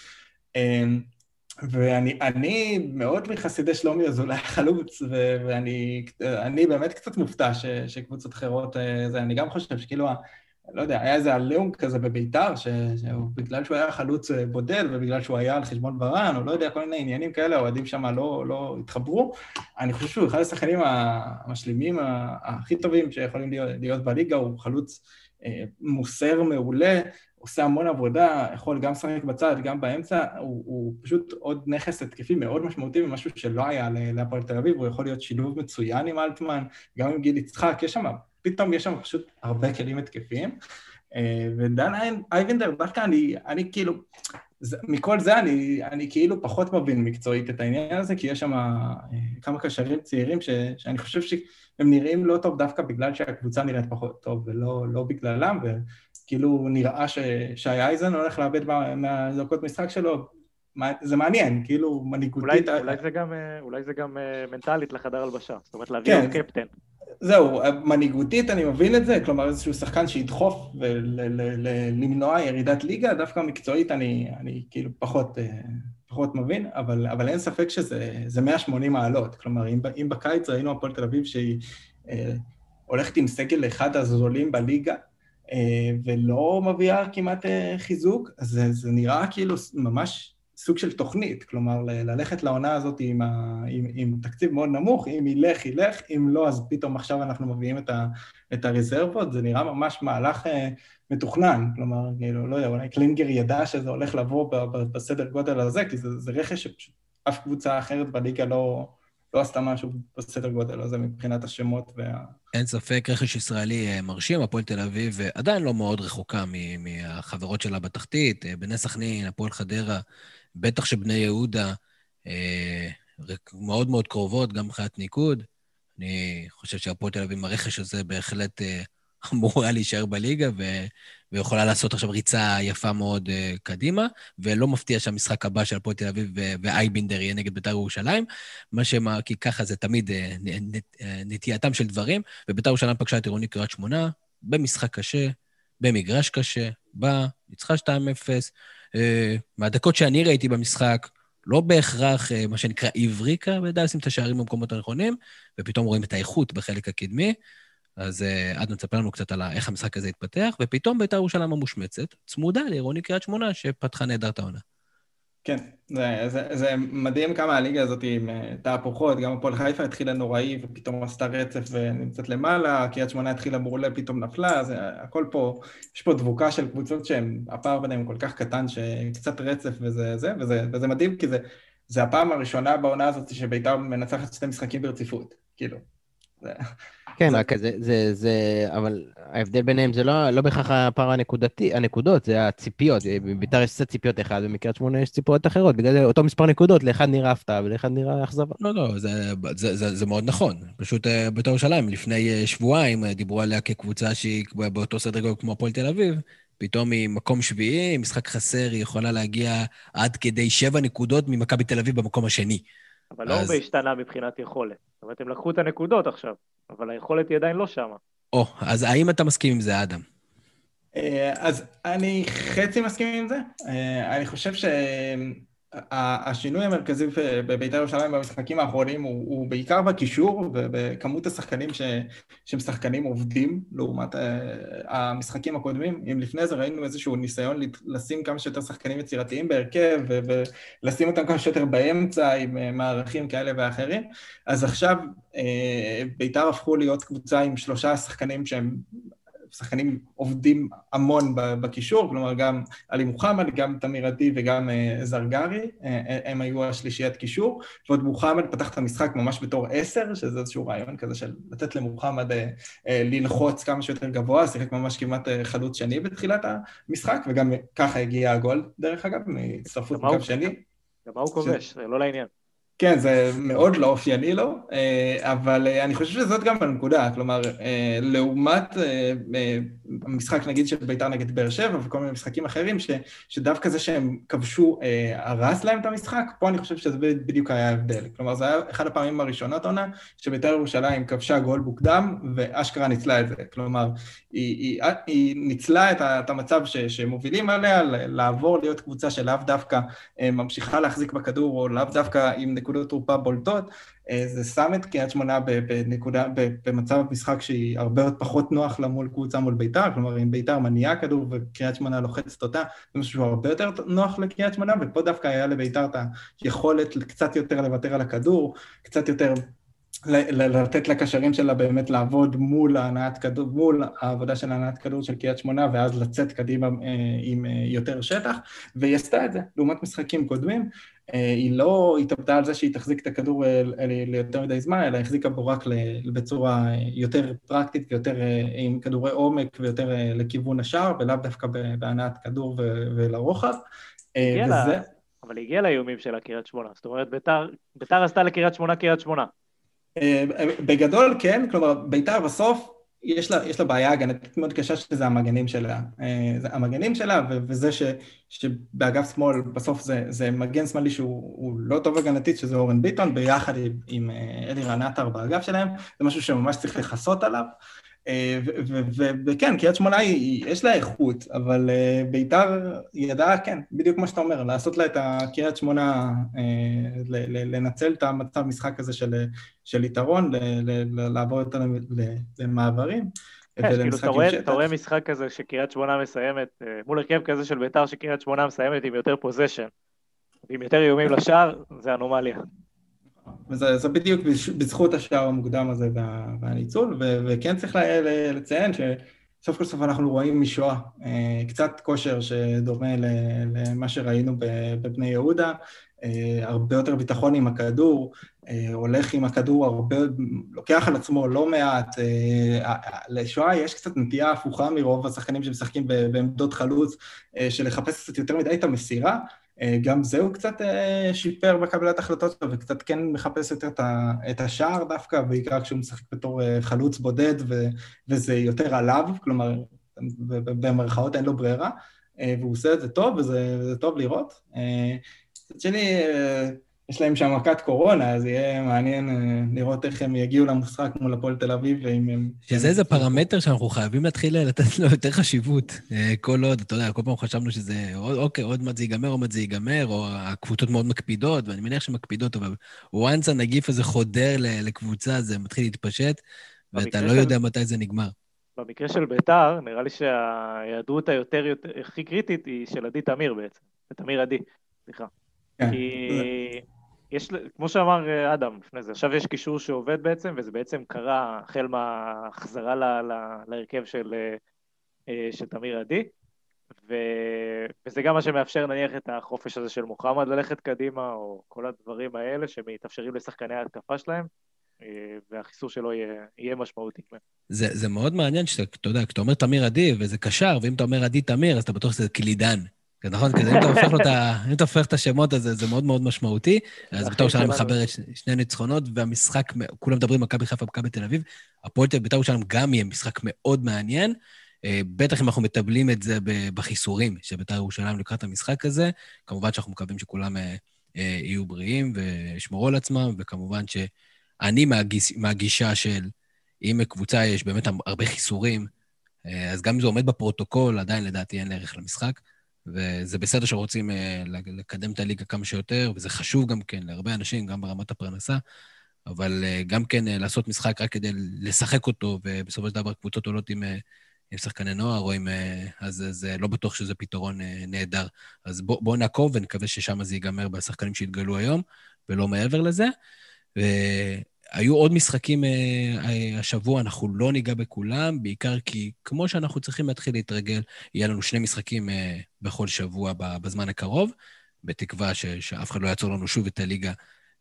ואני מאוד מחסידי שלומי אזולאי חלוץ, ואני באמת קצת מופתע שקבוצות אחרות, אני גם חושב שכאילו, לא יודע, היה איזה עליהום כזה בביתר, שבגלל שהוא היה חלוץ בודד, ובגלל שהוא היה על חשבון ברן, או לא יודע, כל מיני עניינים כאלה, האוהדים שם לא התחברו, אני חושב שהוא אחד השחקנים המשלימים הכי טובים שיכולים להיות בליגה, הוא חלוץ מוסר מעולה, עושה המון עבודה, יכול גם לשחק בצד, גם באמצע, הוא פשוט עוד נכס התקפי מאוד משמעותי, ומשהו שלא היה להפועל תל אביב, הוא יכול להיות שילוב מצוין עם אלטמן, גם עם גיל יצחק, פתאום יש שם פשוט הרבה כלים התקפיים, ודן אייבנדר, דווקא אני כאילו, מכל זה אני כאילו פחות מבין מקצועית את העניין הזה, כי יש שם כמה קשרים צעירים שאני חושב שהם נראים לא טוב דווקא בגלל שהקבוצה נראית פחות טוב, ולא בגללם, כאילו נראה ששי אייזן הולך לאבד מהדקות משחק שלו, זה מעניין, כאילו מנהיגותית. אולי זה גם מנטלית לחדר הלבשה, זאת אומרת להביא עוד קפטן. זהו, מנהיגותית אני מבין את זה, כלומר איזשהו שחקן שידחוף ולמנוע ירידת ליגה, דווקא מקצועית אני כאילו פחות מבין, אבל אין ספק שזה 180 מעלות, כלומר אם בקיץ ראינו הפועל תל אביב שהיא הולכת עם סגל אחד הזולים בליגה, ולא מביאה כמעט חיזוק, אז זה נראה כאילו ממש סוג של תוכנית, כלומר ללכת לעונה הזאת עם תקציב מאוד נמוך, אם ילך, אם לא, אז פתאום עכשיו אנחנו מביאים את הרזרבות, זה נראה ממש מהלך מתוכנן, כלומר, לא יודע, אולי קלינגר ידע שזה הולך לבוא בסדר גודל הזה, כי זה רכש שפשוט אף קבוצה אחרת בליגה לא עשתה משהו בסדר גודל הזה מבחינת השמות אין ספק, רכש ישראלי מרשים, הפועל תל אביב עדיין לא מאוד רחוקה מהחברות שלה בתחתית, בני סכנין, הפועל חדרה, בטח שבני יהודה, מאוד מאוד קרובות, גם מבחינת ניקוד. אני חושב שהפועל תל אביב עם הרכש הזה בהחלט אמורה להישאר בליגה, ויכולה לעשות עכשיו ריצה יפה מאוד קדימה, ולא מפתיע שהמשחק הבא של הפועל תל אביב ואייבינדר יהיה נגד בית"ר ירושלים, כי ככה זה תמיד נטייתם של דברים, ובית"ר ירושלים פגשה את עירוני קריית שמונה, במשחק קשה, במגרש קשה, ניצחה 2-0, מהדקות שאני ראיתי במשחק, לא בהכרח מה שנקרא עבריקה, וידע לשים את השערים במקומות הנכונים, ופתאום רואים את האיכות בחלק הקדמי, אז עד נצפה לנו קצת על איך המשחק הזה התפתח, ופתאום בית"ר ירושלים המושמצת, צמודה לעירוני קריית שמונה, שפתחה נהדר את העונה. כן, זה מדהים כמה הליגה הזאת עם תהפוכות, גם הפועל חיפה התחילה נוראי, ופתאום עשתה רצף ונמצאת למעלה, קריית שמונה התחילה מעולה, פתאום נפלה, אז הכל פה, יש פה דבוקה של קבוצות שהפער ביניהם כל כך קטן, שקצת רצף וזה מדהים, כי זה הפעם הראשונה בעונה הזאת שבית"ר מנצחת 2 משחקים ברציפות, כאילו. כן, רק אבל ההבדל ביניהם זה לא בהכרח הפער הנקודות, זה הציפיות, בית"ר יש קצת ציפיות אחד, ומקריית שמונה יש ציפיות אחרות, בגלל זה אותו מספר נקודות, לאחד נראה הפתעה, ולאחד נראה אכזבה. לא, זה מאוד נכון, פשוט בית"ר ירושלים, לפני שבועיים דיברו עליה כקבוצה שהיא באותו סדר גודל כמו הפועל תל אביב, פתאום היא מקום שביעי, משחק חסר, היא יכולה להגיע עד כדי 7 נקודות ממכבי תל אביב במקום השני. אבל לא הרבה השתנה מבחינת יכולת. זאת אומרת, הם לקחו את הנקודות עכשיו, אבל היכולת היא עדיין לא שמה. אז האם אתה מסכים עם זה, אדם? אז אני חצי מסכים עם זה. אני חושב השינוי המרכזי בבית"ר ירושלים במשחקים האחרונים הוא בעיקר בקישור ובכמות השחקנים שהם שחקנים עובדים לעומת המשחקים הקודמים. אם לפני זה ראינו איזשהו ניסיון לשים כמה שיותר שחקנים יצירתיים בהרכב ולשים אותם כמה שיותר באמצע עם מערכים כאלה ואחרים, אז עכשיו בית"ר הפכו להיות קבוצה עם 3 שחקנים שהם שחקנים עובדים המון בקישור, כלומר גם עלי מוחמד, גם תמיר עדי וגם זרגרי, הם היו השלישיית קישור, ועוד מוחמד פתח את המשחק ממש בתור 10, שזה איזשהו רעיון כזה של לתת למוחמד ללחוץ כמה שיותר גבוה, שיחק ממש כמעט חלוץ שני בתחילת המשחק, וגם ככה הגיע הגול, דרך אגב, מהצטרפות מקו שני. גם הוא כובש, זה לא לעניין. כן, זה מאוד לא אופייני לו, אבל אני חושב שזאת גם הנקודה, כלומר, לעומת המשחק נגיד של בית"ר נגד באר שבע וכל מיני משחקים אחרים, שדווקא זה שהם כבשו הרס להם את המשחק, פה אני חושב שזה בדיוק היה ההבדל. כלומר, זה היה אחד הפעמים הראשונות עונה, שבית"ר ירושלים כבשה גול מוקדם, ואשכרה ניצלה את זה. כלומר, היא ניצלה את המצב שמובילים עליה, לעבור להיות קבוצה שלאו דווקא ממשיכה להחזיק בכדור, או לאו דווקא עם נקודות תורפה בולטות, זה שם את קריית שמונה במצב משחק שהיא הרבה פחות נוח לה מול קבוצה מול בית"ר, כלומר, אם בית"ר מניעה כדור וקריית שמונה לוחצת אותה, זה משהו הרבה יותר נוח לקריית שמונה, ופה דווקא היה לבית"ר את היכולת קצת יותר לוותר על הכדור, קצת יותר לתת לקשרים שלה באמת לעבוד מול ההנעת כדור, מול העבודה של ההנעת כדור של קריית שמונה, ואז לצאת קדימה עם יותר שטח, והיא עשתה את זה, לעומת משחקים קודמים, היא לא התאבדה על זה שהיא תחזיק את הכדור ליותר מדי זמן, אלא החזיקה בו רק בצורה יותר פרקטית, ויותר עם כדורי עומק, ויותר לכיוון השער, ולאו דווקא בהנעת כדור ולרוחב. אבל היא הגיעה לאיומים של הקריית שמונה, זאת אומרת, בית"ר עשתה לקריית שמונה קריית שמונה. בגדול כן, כלומר בית"ר בסוף יש לה בעיה הגנתית מאוד קשה שזה המגנים שלה, המגנים שלה וזה שבאגף שמאל בסוף זה מגן שמאלי שהוא לא טוב הגנתית, שזה אורן ביטון ביחד עם אלירן עטר באגף שלהם, זה משהו שממש צריך לחסות עליו, וכן, קריית שמונה יש לה איכות, אבל בית"ר ידעה, כן, בדיוק כמו שאתה אומר, לעשות לה את הקריית שמונה, לנצל את המצב משחק הזה של יתרון, לעבור אותה למעברים. אתה רואה משחק כזה שקריית שמונה מסיימת, מול הרכב כזה של בית"ר שקריית שמונה מסיימת עם יותר פוזיישן, עם יותר איומים לשער, זה אנומליה. וזה בדיוק בזכות השער המוקדם הזה והניצול, וכן צריך לציין שסוף כל סוף אנחנו רואים משואה, קצת כושר שדומה למה שראינו בבני יהודה, הרבה יותר ביטחון עם הכדור, הולך עם הכדור הרבה, לוקח על עצמו לא מעט, לשואה יש קצת נטייה הפוכה מרוב השחקנים שמשחקים בעמדות חלוץ, של לחפש קצת יותר מדי את המסירה, גם זהו קצת שיפר בקבלת החלטות שלו, וקצת כן מחפש יותר את השער דווקא, בעיקר כשהוא משחק בתור חלוץ בודד, וזה יותר עליו, כלומר, במרכאות אין לו ברירה, והוא עושה את זה טוב, וזה טוב לראות. קצת שני, יש להם שם מכת קורונה, אז יהיה מעניין לראות איך הם יגיעו למשחק מול הפועל תל אביב, ואם הם... שזה איזה פרמטר שאנחנו חייבים להתחיל לתת לו יותר חשיבות. כל עוד, אתה יודע, כל פעם חשבנו שזה, אוקיי, עוד מעט זה ייגמר, עוד מעט זה ייגמר, או הקבוצות מאוד מקפידות, ואני מניח שמקפידות, אבל once הנגיף הזה חודר לקבוצה, זה מתחיל להתפשט, ואתה לא יודע מתי זה נגמר. במקרה של בית"ר, נראה לי שהיעדרות היותר הכי קריטית היא של עדי תמיר בעצם, תמיר עדי, סליחה. כי יש, כמו שאמר אדם לפני זה, עכשיו יש קישור שעובד בעצם, וזה בעצם קרה החל מהחזרה להרכב של תמיר עדי, וזה גם מה שמאפשר נניח את החופש הזה של מוחמד ללכת קדימה, או כל הדברים האלה שמתאפשרים לשחקני ההתקפה שלהם, והחיסור שלו יהיה משמעותי. זה מאוד מעניין שאתה יודע, כשאתה אומר תמיר עדי, וזה קשר, ואם אתה אומר עדי תמיר, אז אתה בטוח שזה קלידן. נכון, כי אם אתה הופך את השמות הזה, זה מאוד מאוד משמעותי, אז בתור שאני מחבר שני ניצחונות, והמשחק, כולם מדברים מכבי חיפה ומכבי תל אביב, הפועל בית"ר ירושלים גם יהיה משחק מאוד מעניין, בטח אם אנחנו מטבלים את זה בחיסורים של בית"ר ירושלים לקראת המשחק הזה, כמובן שאנחנו מקווים שכולם יהיו בריאים וישמרו על עצמם, וכמובן שאני מהגישה של אם קבוצה יש באמת הרבה חיסורים, אז גם אם זה עומד בפרוטוקול, עדיין לדעתי אין לערך למשחק, וזה בסדר שרוצים לקדם את הליגה כמה שיותר, וזה חשוב גם כן להרבה אנשים, גם ברמת הפרנסה, אבל גם כן לעשות משחק רק כדי לשחק אותו, ובסופו של דבר קבוצות עולות עם שחקני נוער, או עם... אז זה לא בטוח שזה פתרון נהדר. אז בואו נעקוב, ונקווה ששם זה ייגמר בשחקנים שהתגלו היום, ולא מעבר לזה. היו עוד משחקים השבוע, אנחנו לא ניגע בכולם, בעיקר כי כמו שאנחנו צריכים להתחיל להתרגל, יהיה לנו 2 משחקים בכל שבוע בזמן הקרוב, בתקווה שאף אחד לא יעצור לנו שוב את הליגה,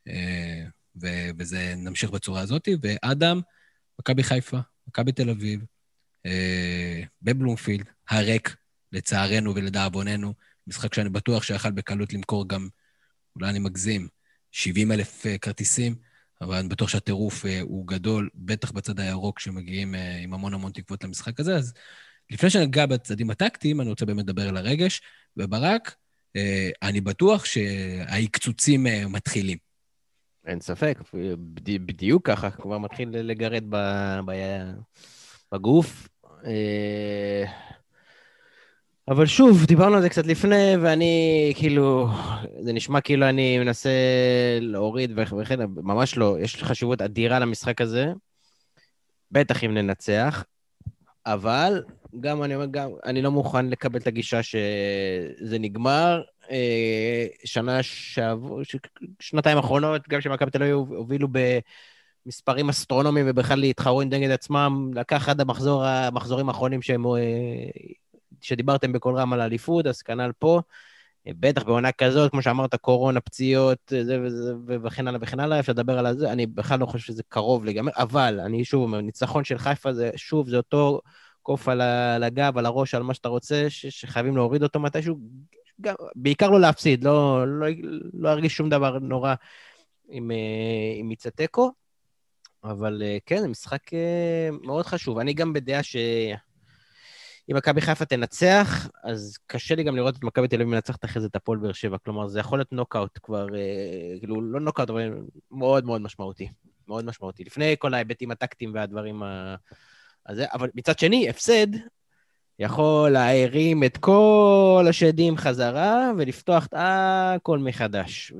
וזה נמשיך בצורה הזאת. ואדם, מכבי חיפה, מכבי תל אביב, בבלומפילד, הריק, לצערנו ולדאבוננו, משחק שאני בטוח שיכל בקלות למכור גם, אולי אני מגזים, 70,000 כרטיסים, אבל אני בטוח שהטירוף הוא גדול, בטח בצד הירוק שמגיעים עם המון תקוות למשחק הזה. אז לפני שנגע בצדים הטקטיים, אני רוצה באמת לדבר על הרגש, וברק, אני בטוח שההקצוצים מתחילים. אין ספק, בדיוק ככה, כבר מתחיל לגרד בגוף. אבל שוב, דיברנו על זה קצת לפני, ואני כאילו, זה נשמע כאילו אני מנסה להוריד וכן, ממש לא, יש חשיבות אדירה למשחק הזה, בטח אם ננצח, אבל גם אני אומר, גם אני לא מוכן לקבל את הגישה שזה נגמר, שנתיים האחרונות, גם שמכבי תל אביב הובילו במספרים אסטרונומיים, ובכלל להתחרו נגד עצמם, לקח עד המחזורים האחרונים שדיברתם בכל רם על האליפות, אז כנ"ל פה, בטח בעונה כזאת, כמו שאמרת, קורונה, פציעות, וכן הלאה וכן הלאה, אפשר לדבר על זה, אני בכלל לא חושב שזה קרוב לגמרי, אבל אני שוב אומר, ניצחון של חיפה, זה אותו קוף על הגב, על הראש, על מה שאתה רוצה, שחייבים להוריד אותו מתישהו, בעיקר לא להפסיד, לא הרגיש שום דבר נורא עם מיצטקו, אבל כן, זה משחק מאוד חשוב. אני גם בדעה אם מכבי חיפה תנצח, אז קשה לי גם לראות את מכבי תל אביב מנצחת אחרי זה את הפועל באר שבע, כלומר, זה יכול להיות נוקאוט כבר, כאילו, לא נוקאוט, אבל מאוד מאוד משמעותי, מאוד משמעותי. לפני כל ההיבטים הטקטיים והדברים הזה, אבל מצד שני, הפסד יכול להרים את כל השדים חזרה, ולפתוח את הכל מחדש,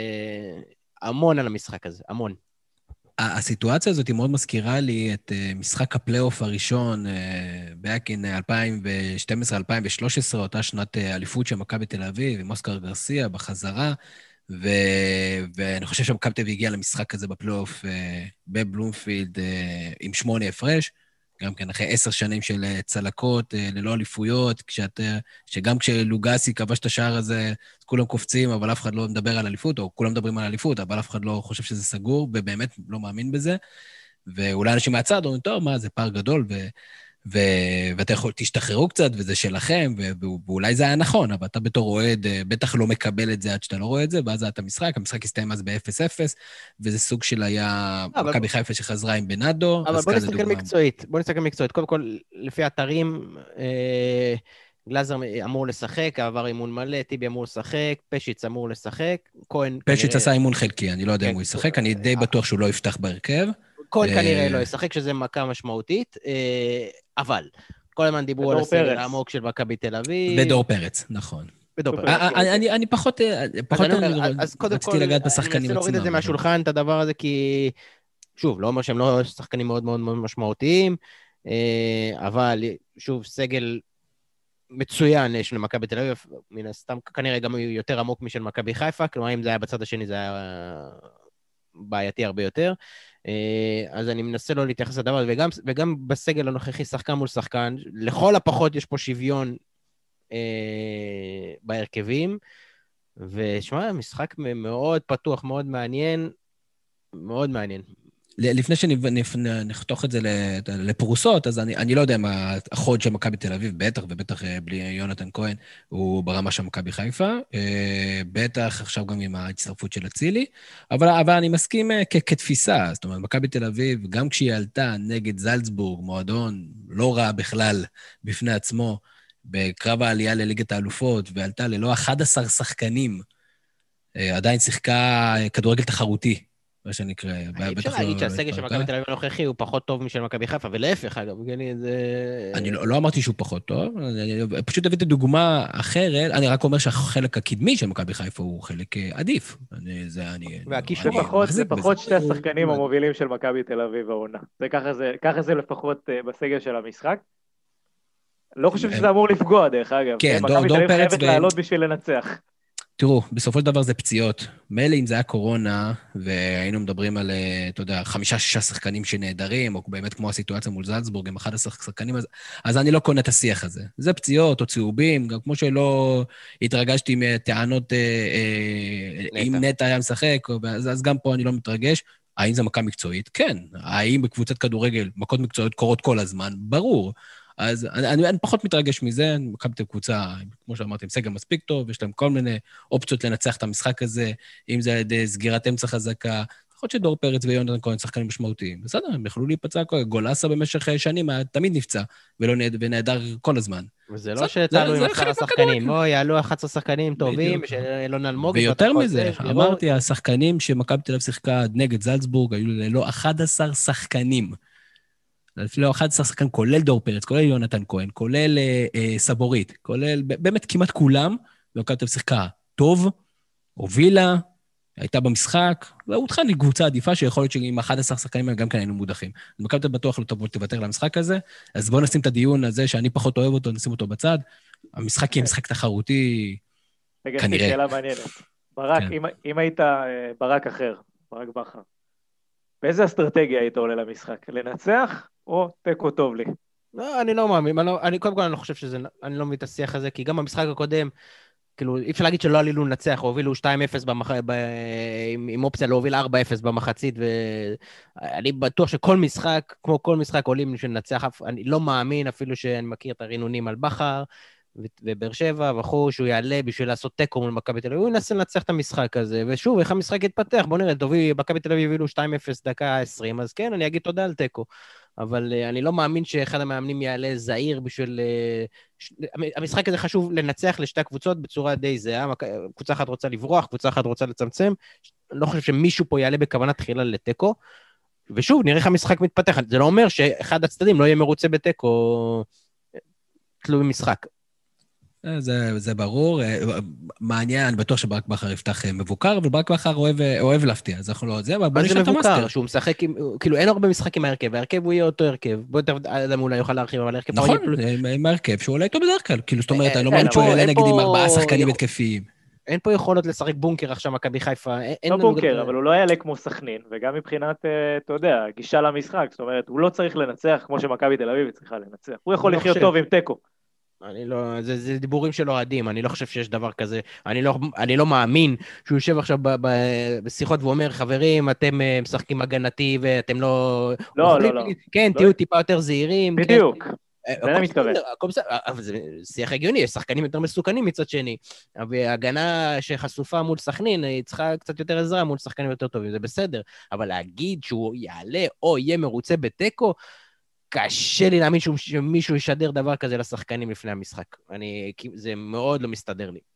והמון על המשחק הזה, המון. הסיטואציה הזאת היא מאוד מזכירה לי את משחק הפלייאוף הראשון, באקין 2012-2013, אותה שנת אליפות של מכבי תל אביב, עם אוסקר גרסיה בחזרה, ואני חושב שמכבי תל אביב הגיע למשחק הזה בפלייאוף בבלומפילד עם 8 הפרש, גם כן אחרי 10 שנים של צלקות, ללא אליפויות, שגם כשלוגסי כבש את השער הזה, כולם קופצים, אבל אף אחד לא מדבר על אליפות, או כולם מדברים על אליפות, אבל אף אחד לא חושב שזה סגור, ובאמת לא מאמין בזה. ואולי אנשים מהצד אומרים, טוב, מה, זה פער גדול, ואתה יכול, תשתחררו קצת, וזה שלכם, ואולי זה היה נכון, אבל אתה בתור אוהד, בטח לא מקבל את זה עד שאתה לא רואה את זה, ואז אתה המשחק הסתיים אז ב-0-0, וזה סוג של היה מכבי חיפה שחזרה עם בנאדו. אבל בוא נסתכל מקצועית, קודם כל, לפי האתרים, גלאזר אמור לשחק, עבר אימון מלא, טיבי אמור לשחק, פשיץ אמור לשחק, כהן... פשיץ עשה אימון חלקי, אני לא יודע אם הוא ישחק, אני די בטוח שהוא לא יפתח בהרכב. כהן כנראה לא ישחק, שזה מכה משמעותית, אבל כל הזמן דיברו על הסגל העמוק של מכבי תל אביב. בדור פרץ, נכון. בדור פרץ. אני פחות רציתי לגעת בשחקנים עצמם. אני מנסה להוריד את זה מהשולחן, את הדבר הזה, כי שוב, לא אומר שהם לא שחקנים מאוד מאוד משמעותיים, אבל שוב, סגל מצוין של מכבי תל אביב, מן הסתם כנראה גם יותר עמוק משל מכבי חיפה, כלומר אם זה היה בצד השני זה היה בעייתי הרבה יותר, אז אני מנסה לא להתייחס לדבר, וגם בסגל הנוכחי שחקן מול שחקן, לכל הפחות יש פה שוויון בהרכבים, ושמע, משחק מאוד פתוח, מאוד מעניין, מאוד מעניין. לפני שנחתוך את זה לפרוסות, אז אני לא יודע מה החוד של מכבי תל אביב, בטח ובטח בלי יונתן כהן, הוא ברמה של מכבי חיפה, בטח עכשיו גם עם ההצטרפות של אצילי, אבל אני מסכים כתפיסה, זאת אומרת, מכבי תל אביב, גם כשהיא עלתה נגד זלצבורג, מועדון לא רע בכלל בפני עצמו, בקרב העלייה לליגת האלופות, ועלתה ללא 11 שחקנים, עדיין שיחקה כדורגל תחרותי, מה שנקרא. אי אפשר להגיד שהסגל של מכבי תל אביב הנוכחי הוא פחות טוב משל מכבי חיפה, ולהפך, אגב, אני לא אמרתי שהוא פחות טוב, אני פשוט הבאתי דוגמה אחרת, אני רק אומר שהחלק הקדמי של מכבי חיפה הוא חלק עדיף. לפחות שתי השחקנים המובילים של מכבי תל אביב העונה. ככה זה לפחות בסגל של המשחק. לא חושב שזה אמור לפגוע, דרך אגב. כן, מכבי תל אביב חייבת לעלות בשביל לנצח. תראו, בסופו של דבר זה פציעות. מילא אם זה היה קורונה, והיינו מדברים על, אתה יודע, 5-6 שחקנים שנהדרים, או באמת כמו הסיטואציה מול זלצבורג, עם 11 שחקנים, אז אני לא קונה את השיח הזה. זה פציעות או צהובים, גם כמו שלא התרגשתי מטענות, אם נטע היה משחק, אז גם פה אני לא מתרגש. האם זה מכה מקצועית? כן. האם בקבוצת כדורגל מכות מקצועיות קורות כל הזמן? ברור. אז אני פחות מתרגש מזה, אני מקבלתי קבוצה, כמו שאמרתי, עם סגל מספיק טוב, יש להם כל מיני אופציות לנצח את המשחק הזה, אם זה על ידי סגירת אמצע חזקה, יכול להיות שדור פרץ ויונתן כהן שחקנים משמעותיים. בסדר, הם יכלו להיפצע, גולסה במשך שנים תמיד נפצע, ונעדר כל הזמן. וזה לא שתעלו עם 10 שחקנים, או יעלו 11 שחקנים טובים, שלא נלמוג. ויותר מזה, אמרתי, השחקנים שמכבי תל אביב שיחקה נגד זלצבורג, היו ללא 11 שחקנים. לא 11 שחקן, כולל דור פרץ, כולל יונתן כהן, כולל סבורית, כולל באמת כמעט כולם, ומכבי תל אביב שיחקה טוב, הובילה, הייתה במשחק, והותחן לי קבוצה עדיפה שיכול להיות שעם 11 שחקנים גם כן היינו מודחים. מכבי תל אביב בטוח לא תוותר למשחק הזה, אז בואו נשים את הדיון הזה שאני פחות אוהב אותו, נשים אותו בצד. המשחק יהיה משחק תחרותי, כנראה. רגע, שאלה מעניינת. ברק, אם היית ברק אחר, ברק בכר, באיזה אסטרטגיה היית עולה למשחק? לנצח או תיקו טוב לי? לא, אני לא מאמין. קודם כל אני לא חושב שזה, אני לא מבין את השיח הזה, כי גם במשחק הקודם, כאילו, אי אפשר להגיד שלא עלילו לנצח, הובילו 2-0 עם אופציה להוביל 4-0 במחצית, ואני בטוח שכל משחק, כמו כל משחק עולים שננצח, אני לא מאמין אפילו שאני מכיר את הרינונים על בכר, ובאר שבע, וכו' שהוא יעלה בשביל לעשות טקו מול מכבי תל אביב, הוא ינסה לנצח את המשחק הזה, ושוב, איך המשחק יתפתח, בוא נראה, מכבי תל אביב הובילו 2-0 דקה 20, אז כן, אני אגיד תודה על טקו, אבל אני לא מאמין שאחד המאמנים יעלה זהיר בשביל... המשחק הזה חשוב לנצח לשתי הקבוצות בצורה די זהה, קבוצה אחת רוצה לברוח, קבוצה אחת רוצה לצמצם, אני לא חושב שמישהו פה יעלה בכוונה תחילה לטקו, ושוב, נראה איך המשחק מתפתח, זה לא אומר שאחד הצדדים לא יהיה מרוצה בטקו, תלוי משחק. זה ברור, מעניין, אני בטוח שברק בכר יפתח מבוקר, אבל ברק בכר אוהב להפתיע, אז אנחנו לא עוד זה, אבל בוא נשאר את המאסטר. מבוקר, שהוא משחק, כאילו אין הרבה משחקים מהרכב, והרכב הוא יהיה אותו הרכב, בוא יותר אדם אולי יוכל להרחיב, אבל הרכב... נכון, עם ההרכב שהוא עולה איתו בדרך כלל, כאילו זאת אומרת, אני לא מאמין שהוא יעלה נגיד עם 4 שחקנים התקפיים. אין פה יכולות לשחק בונקר עכשיו מכבי חיפה. לא בונקר, אבל הוא לא יעלה כמו סכנין, וגם מבחינת, אתה יודע, גישה למשחק, זאת אומרת, הוא לא צריך לנצח כמו שמכבי תל אביב צריכה לנצח. הוא יכול לחיות טוב עם טקו. זה דיבורים של אוהדים, אני לא חושב שיש דבר כזה, אני לא מאמין שהוא יושב עכשיו בשיחות ואומר, חברים, אתם משחקים הגנתי ואתם לא... לא. כן, תהיו טיפה יותר זהירים. בדיוק. זה אני מתכוון. אבל זה שיח הגיוני, יש שחקנים יותר מסוכנים מצד שני, והגנה שחשופה מול סכנין, היא צריכה קצת יותר עזרה מול שחקנים יותר טובים, זה בסדר, אבל להגיד שהוא יעלה או יהיה מרוצה בטקו, קשה לי להאמין שמישהו ישדר דבר כזה לשחקנים לפני המשחק. זה מאוד לא מסתדר לי.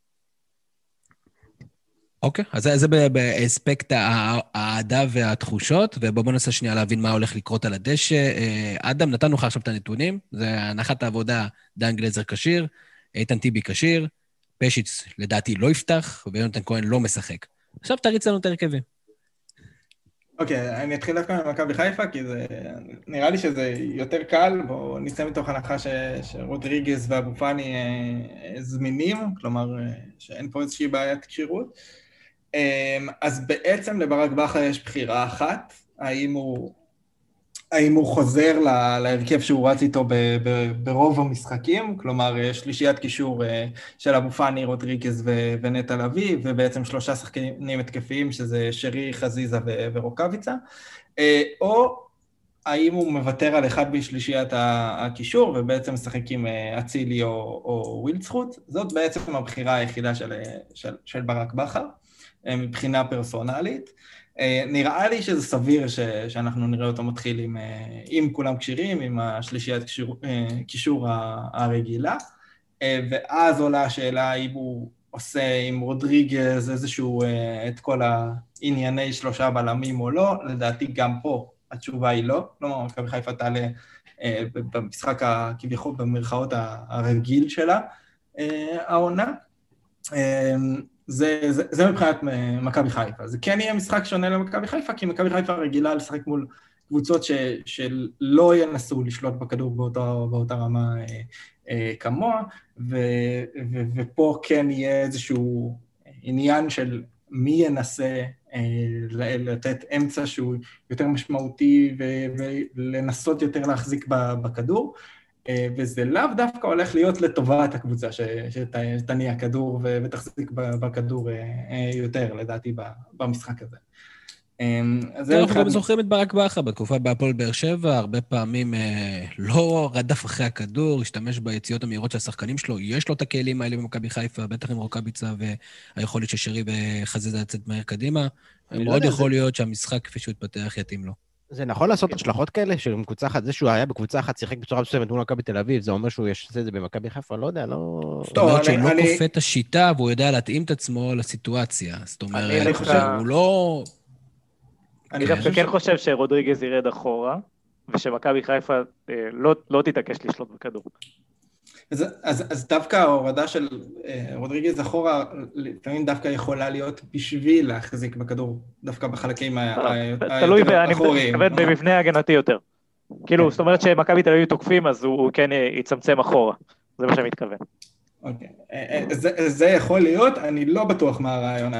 אוקיי, אז זה באספקט האהדה והתחושות, ובואו ננסה שנייה להבין מה הולך לקרות על הדשא. אדם, נתנו לך עכשיו את הנתונים, זה הנחת העבודה, דן גלזר כשיר, איתן טיבי כשיר, פשיץ לדעתי לא יפתח, ויונתן כהן לא משחק. עכשיו תריץ לנו את הרכבים. אוקיי, אני אתחיל דווקא ממכבי חיפה, כי נראה לי שזה יותר קל, בואו ניסה מתוך הנחה שרודריגז ואבו פאני זמינים, כלומר שאין פה איזושהי בעיית כשירות. אז בעצם לברק בכר יש בחירה אחת, האם הוא חוזר להרכב שהוא רץ איתו ברוב המשחקים, כלומר שלישיית קישור של אבו פאני, רודריגז ונטע לביא, ובעצם 3 שחקנים התקפיים, שזה שרי, חזיזה ורוקביצה, או האם הוא מוותר על אחד בשלישיית הקישור, ובעצם משחק עם אצילי או ווילדסחוט, זאת בעצם הבחירה היחידה של ברק בכר, מבחינה פרסונלית. נראה לי שזה סביר שאנחנו נראה אותו מתחיל עם כולם כשירים, עם השלישיית קישור הרגילה, ואז עולה השאלה אם הוא עושה עם רודריגז איזשהו, את כל הענייני 3 בלמים או לא, לדעתי גם פה התשובה היא לא, לא, מכבי חיפה תעלה במשחק כביכול במרכאות הרגיל שלה, העונה. זה מבחינת מכבי חיפה. זה כן יהיה משחק שונה למכבי חיפה, כי מכבי חיפה רגילה לשחק מול קבוצות שלא ינסו לשלוט בכדור באותה רמה כמוה, ופה כן יהיה איזשהו עניין של מי ינסה לתת אמצע שהוא יותר משמעותי ולנסות יותר להחזיק בכדור, וזה לאו דווקא הולך להיות לטובת הקבוצה שתניע כדור ותחזיק בכדור יותר, לדעתי, במשחק הזה. אנחנו גם זוכרים את ברק בכר בתקופה בהפועל באר שבע, הרבה פעמים לא רדף אחרי הכדור, השתמש ביציאות המהירות של השחקנים שלו, יש לו את הכלים האלה במכבי חיפה, בטח עם רוקאביצה והיכולת ששרי וחזיזה לצאת מהר קדימה, מאוד יכול להיות שהמשחק כפי שהוא התפתח יתאים לו. זה נכון לעשות השלכות כאלה, שעם קבוצה אחת, זה שהוא היה בקבוצה אחת, שיחק בצורה מסוימת מול מכבי תל אביב, זה אומר שהוא יעשה את זה במכבי חיפה, לא יודע, לא... זאת אומרת שהוא לא כופה את השיטה, והוא יודע להתאים את עצמו לסיטואציה. זאת אומרת, הוא לא... אני דווקא כן חושב שרודריגז ירד אחורה, ושמכבי חיפה לא תתעקש לשלוט בכדור. אז דווקא ההורדה של רודריגז אחורה, לפעמים דווקא יכולה להיות בשביל להחזיק בכדור, דווקא בחלקים תלוי, אני מתכוון במבנה ההגנתי יותר. כאילו, זאת אומרת שמכבי תל אביב תוקפים, אז הוא כן יצמצם אחורה. זה מה שאני מתכוון. אוקיי. זה יכול להיות, אני לא בטוח מה הרעיון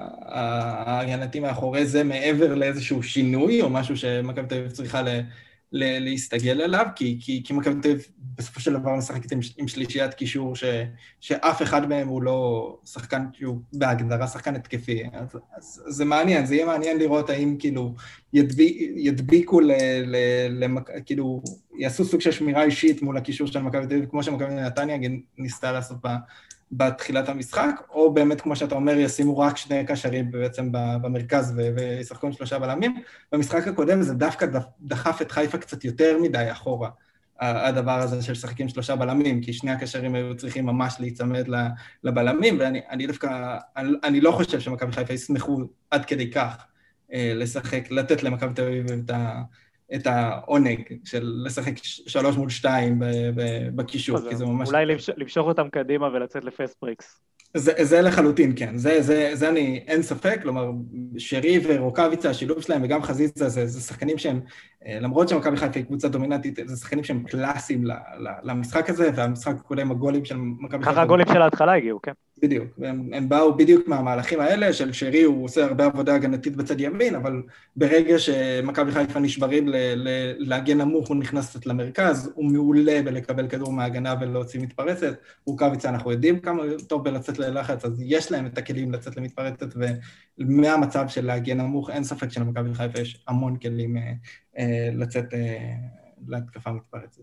ההגנתי מאחורי זה, מעבר לאיזשהו שינוי, או משהו שמכבי תל אביב צריכה להסתגל אליו, כי מכבי תל אביב בסופו של דבר משחקת עם שלישיית קישור, שאף אחד מהם הוא לא שחקן, שהוא בהגדרה שחקן התקפי. אז זה מעניין, זה יהיה מעניין לראות האם כאילו ידביקו, כאילו יעשו סוג של שמירה אישית מול הקישור של מכבי תל אביב, כמו שמכבי נתניה ניסתה לעשות בתחילת המשחק, או באמת, כמו שאתה אומר, ישימו רק 2 קשרים בעצם במרכז וישחקו עם 3 בלמים. במשחק הקודם זה דווקא דחף את חיפה קצת יותר מדי אחורה, הדבר הזה של שחקים 3 בלמים, כי 2 הקשרים היו צריכים ממש להיצמד לבלמים, ואני דווקא, אני לא חושב שמכבי חיפה ישמחו עד כדי כך לשחק, לתת למכבי תל אביב את העונג של לשחק 3 מול 2 בקישור, כי זה ממש... אולי למשוך אותם קדימה ולצאת לפסט בריקס. זה לחלוטין, כן. זה אני, אין ספק, כלומר, שרי ורוקאביצה, השילוב שלהם, וגם חזיזה, זה שחקנים שהם, למרות שמכבי חיפה היא קבוצה דומיננטית, זה שחקנים שהם קלאסיים למשחק הזה, והמשחק כולל הגולים של מכבי חיפה. ככה הגולים של ההתחלה הגיעו, כן. בדיוק, הם באו בדיוק מהמהלכים האלה, של שרי הוא עושה הרבה עבודה הגנתית בצד ימין, אבל ברגע שמכבי חיפה נשברים להגן נמוך, הוא נכנס קצת למרכז, הוא מעולה בלקבל כדור מההגנה ולהוציא מתפרצת, רוקאביצה אנחנו יודעים כמה טוב בלצאת ללחץ, אז יש להם את הכלים לצאת למתפרצת, ומהמצב של להגן נמוך, אין ספק שלמכבי חיפה יש המון כלים לצאת להתקפה מתפרצת.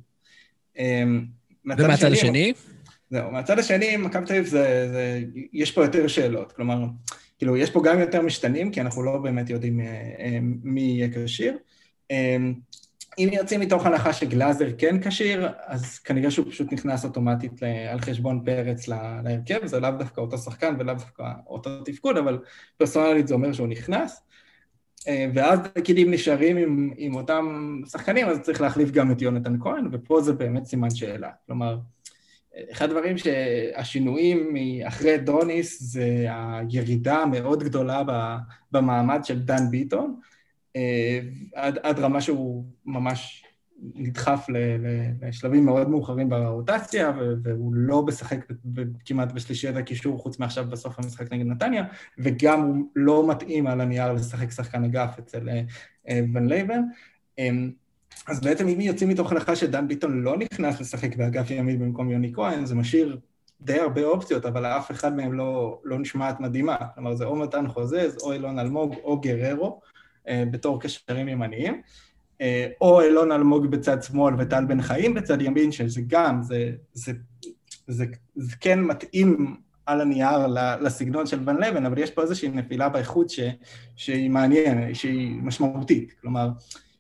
ומהצד השני? זהו, מהצד השני, מכבי תל אביב יש פה יותר שאלות, כלומר, כאילו, יש פה גם יותר משתנים, כי אנחנו לא באמת יודעים מי יהיה כשיר. אם יוצאים מתוך הנחה שגלאזר כן כשיר, אז כנראה שהוא פשוט נכנס אוטומטית על חשבון פרץ להרכב, זה לאו דווקא אותו שחקן ולאו דווקא אותו תפקוד, אבל פרסונלית זה אומר שהוא נכנס, ואז כאילו אם נשארים עם אותם שחקנים, אז צריך להחליף גם את יונתן כהן, ופה זה באמת סימן שאלה. כלומר, אחד הדברים שהשינויים אחרי דרוניס זה הירידה המאוד גדולה במעמד של דן ביטון, עד רמה שהוא ממש נדחף לשלבים מאוד מאוחרים ברוטציה, והוא לא משחק כמעט בשלישיית הקישור, חוץ מעכשיו בסוף המשחק נגד נתניה, וגם הוא לא מתאים על הנייר לשחק שחקן אגף אצל ון לייבן. אז בעצם אם יוצאים מתוך הנחה שדן ביטון לא נכנס לשחק באגף ימין במקום יוני כהן, זה משאיר די הרבה אופציות, אבל אף אחד מהם לא נשמעת מדהימה. כלומר, זה או מתן חוזז, או אילון אלמוג, או גררו, בתור קשרים ימניים, או אילון אלמוג בצד שמאל וטל בן חיים בצד ימין, שזה גם, זה כן מתאים על הנייר לסגנון של ון לייבן, אבל יש פה איזושהי נפילה באיכות שהיא מעניינת, שהיא משמעותית. כלומר,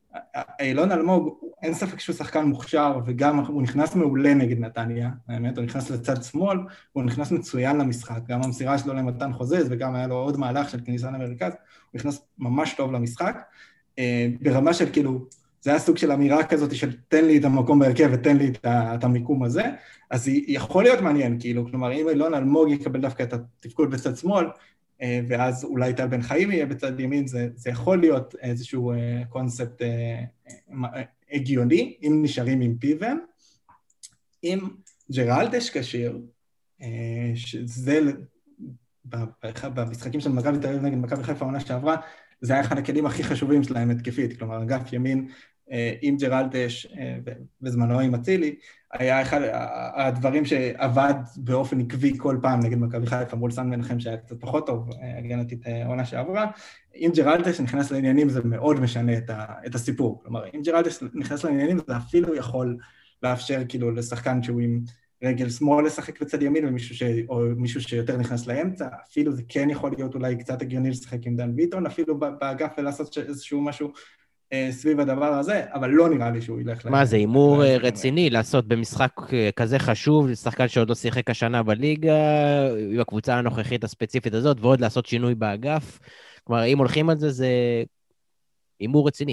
אילון אלמוג, אין ספק שהוא שחקן מוכשר, וגם הוא נכנס מעולה נגד נתניה, האמת, הוא נכנס לצד שמאל, הוא נכנס מצוין למשחק, גם המסירה שלו למתן חוזז, וגם היה לו עוד מהלך של כניסה למרכז, הוא נכנס ממש טוב למשחק, ברמה של כאילו, זה היה סוג של אמירה כזאת של תן לי את המקום בהרכב ותן לי את המיקום הזה, אז יכול להיות מעניין, כאילו, כלומר, אם אילון אלמוג יקבל דווקא את התפקוד בצד שמאל, ואז אולי טל בן חיים יהיה בצד ימין, זה יכול להיות איזשהו קונספט הגיוני, אם נשארים עם פיבן. אם ג'רלדש כשיר, שזה במשחקים של מכבי תל אביב נגד מכבי חיפה העונה שעברה, זה היה אחד הכלים הכי חשובים שלהם התקפית, כלומר, אגף ימין עם ג'רלדש בזמנו עם אצילי, היה אחד הדברים שעבד באופן עקבי כל פעם נגד מכבי חיפה מול סן מנחם שהיה קצת פחות טוב, הגנתית עונה שעברה. אם ג'רלדש נכנס לעניינים זה מאוד משנה את הסיפור, כלומר, אם ג'רלדש נכנס לעניינים זה אפילו יכול לאפשר כאילו לשחקן שהוא עם רגל שמאל לשחק בצד ימין, או מישהו שיותר נכנס לאמצע, אפילו זה כן יכול להיות אולי קצת הגיוני לשחק עם דן ביטון, אפילו באגף ולעשות איזשהו משהו סביב הדבר הזה, אבל לא נראה לי שהוא ילך... מה זה, הימור רציני לעשות במשחק כזה חשוב, שחקן שעוד לא שיחק השנה בליגה, עם הקבוצה הנוכחית הספציפית הזאת, ועוד לעשות שינוי באגף, כלומר, אם הולכים על זה, זה הימור רציני.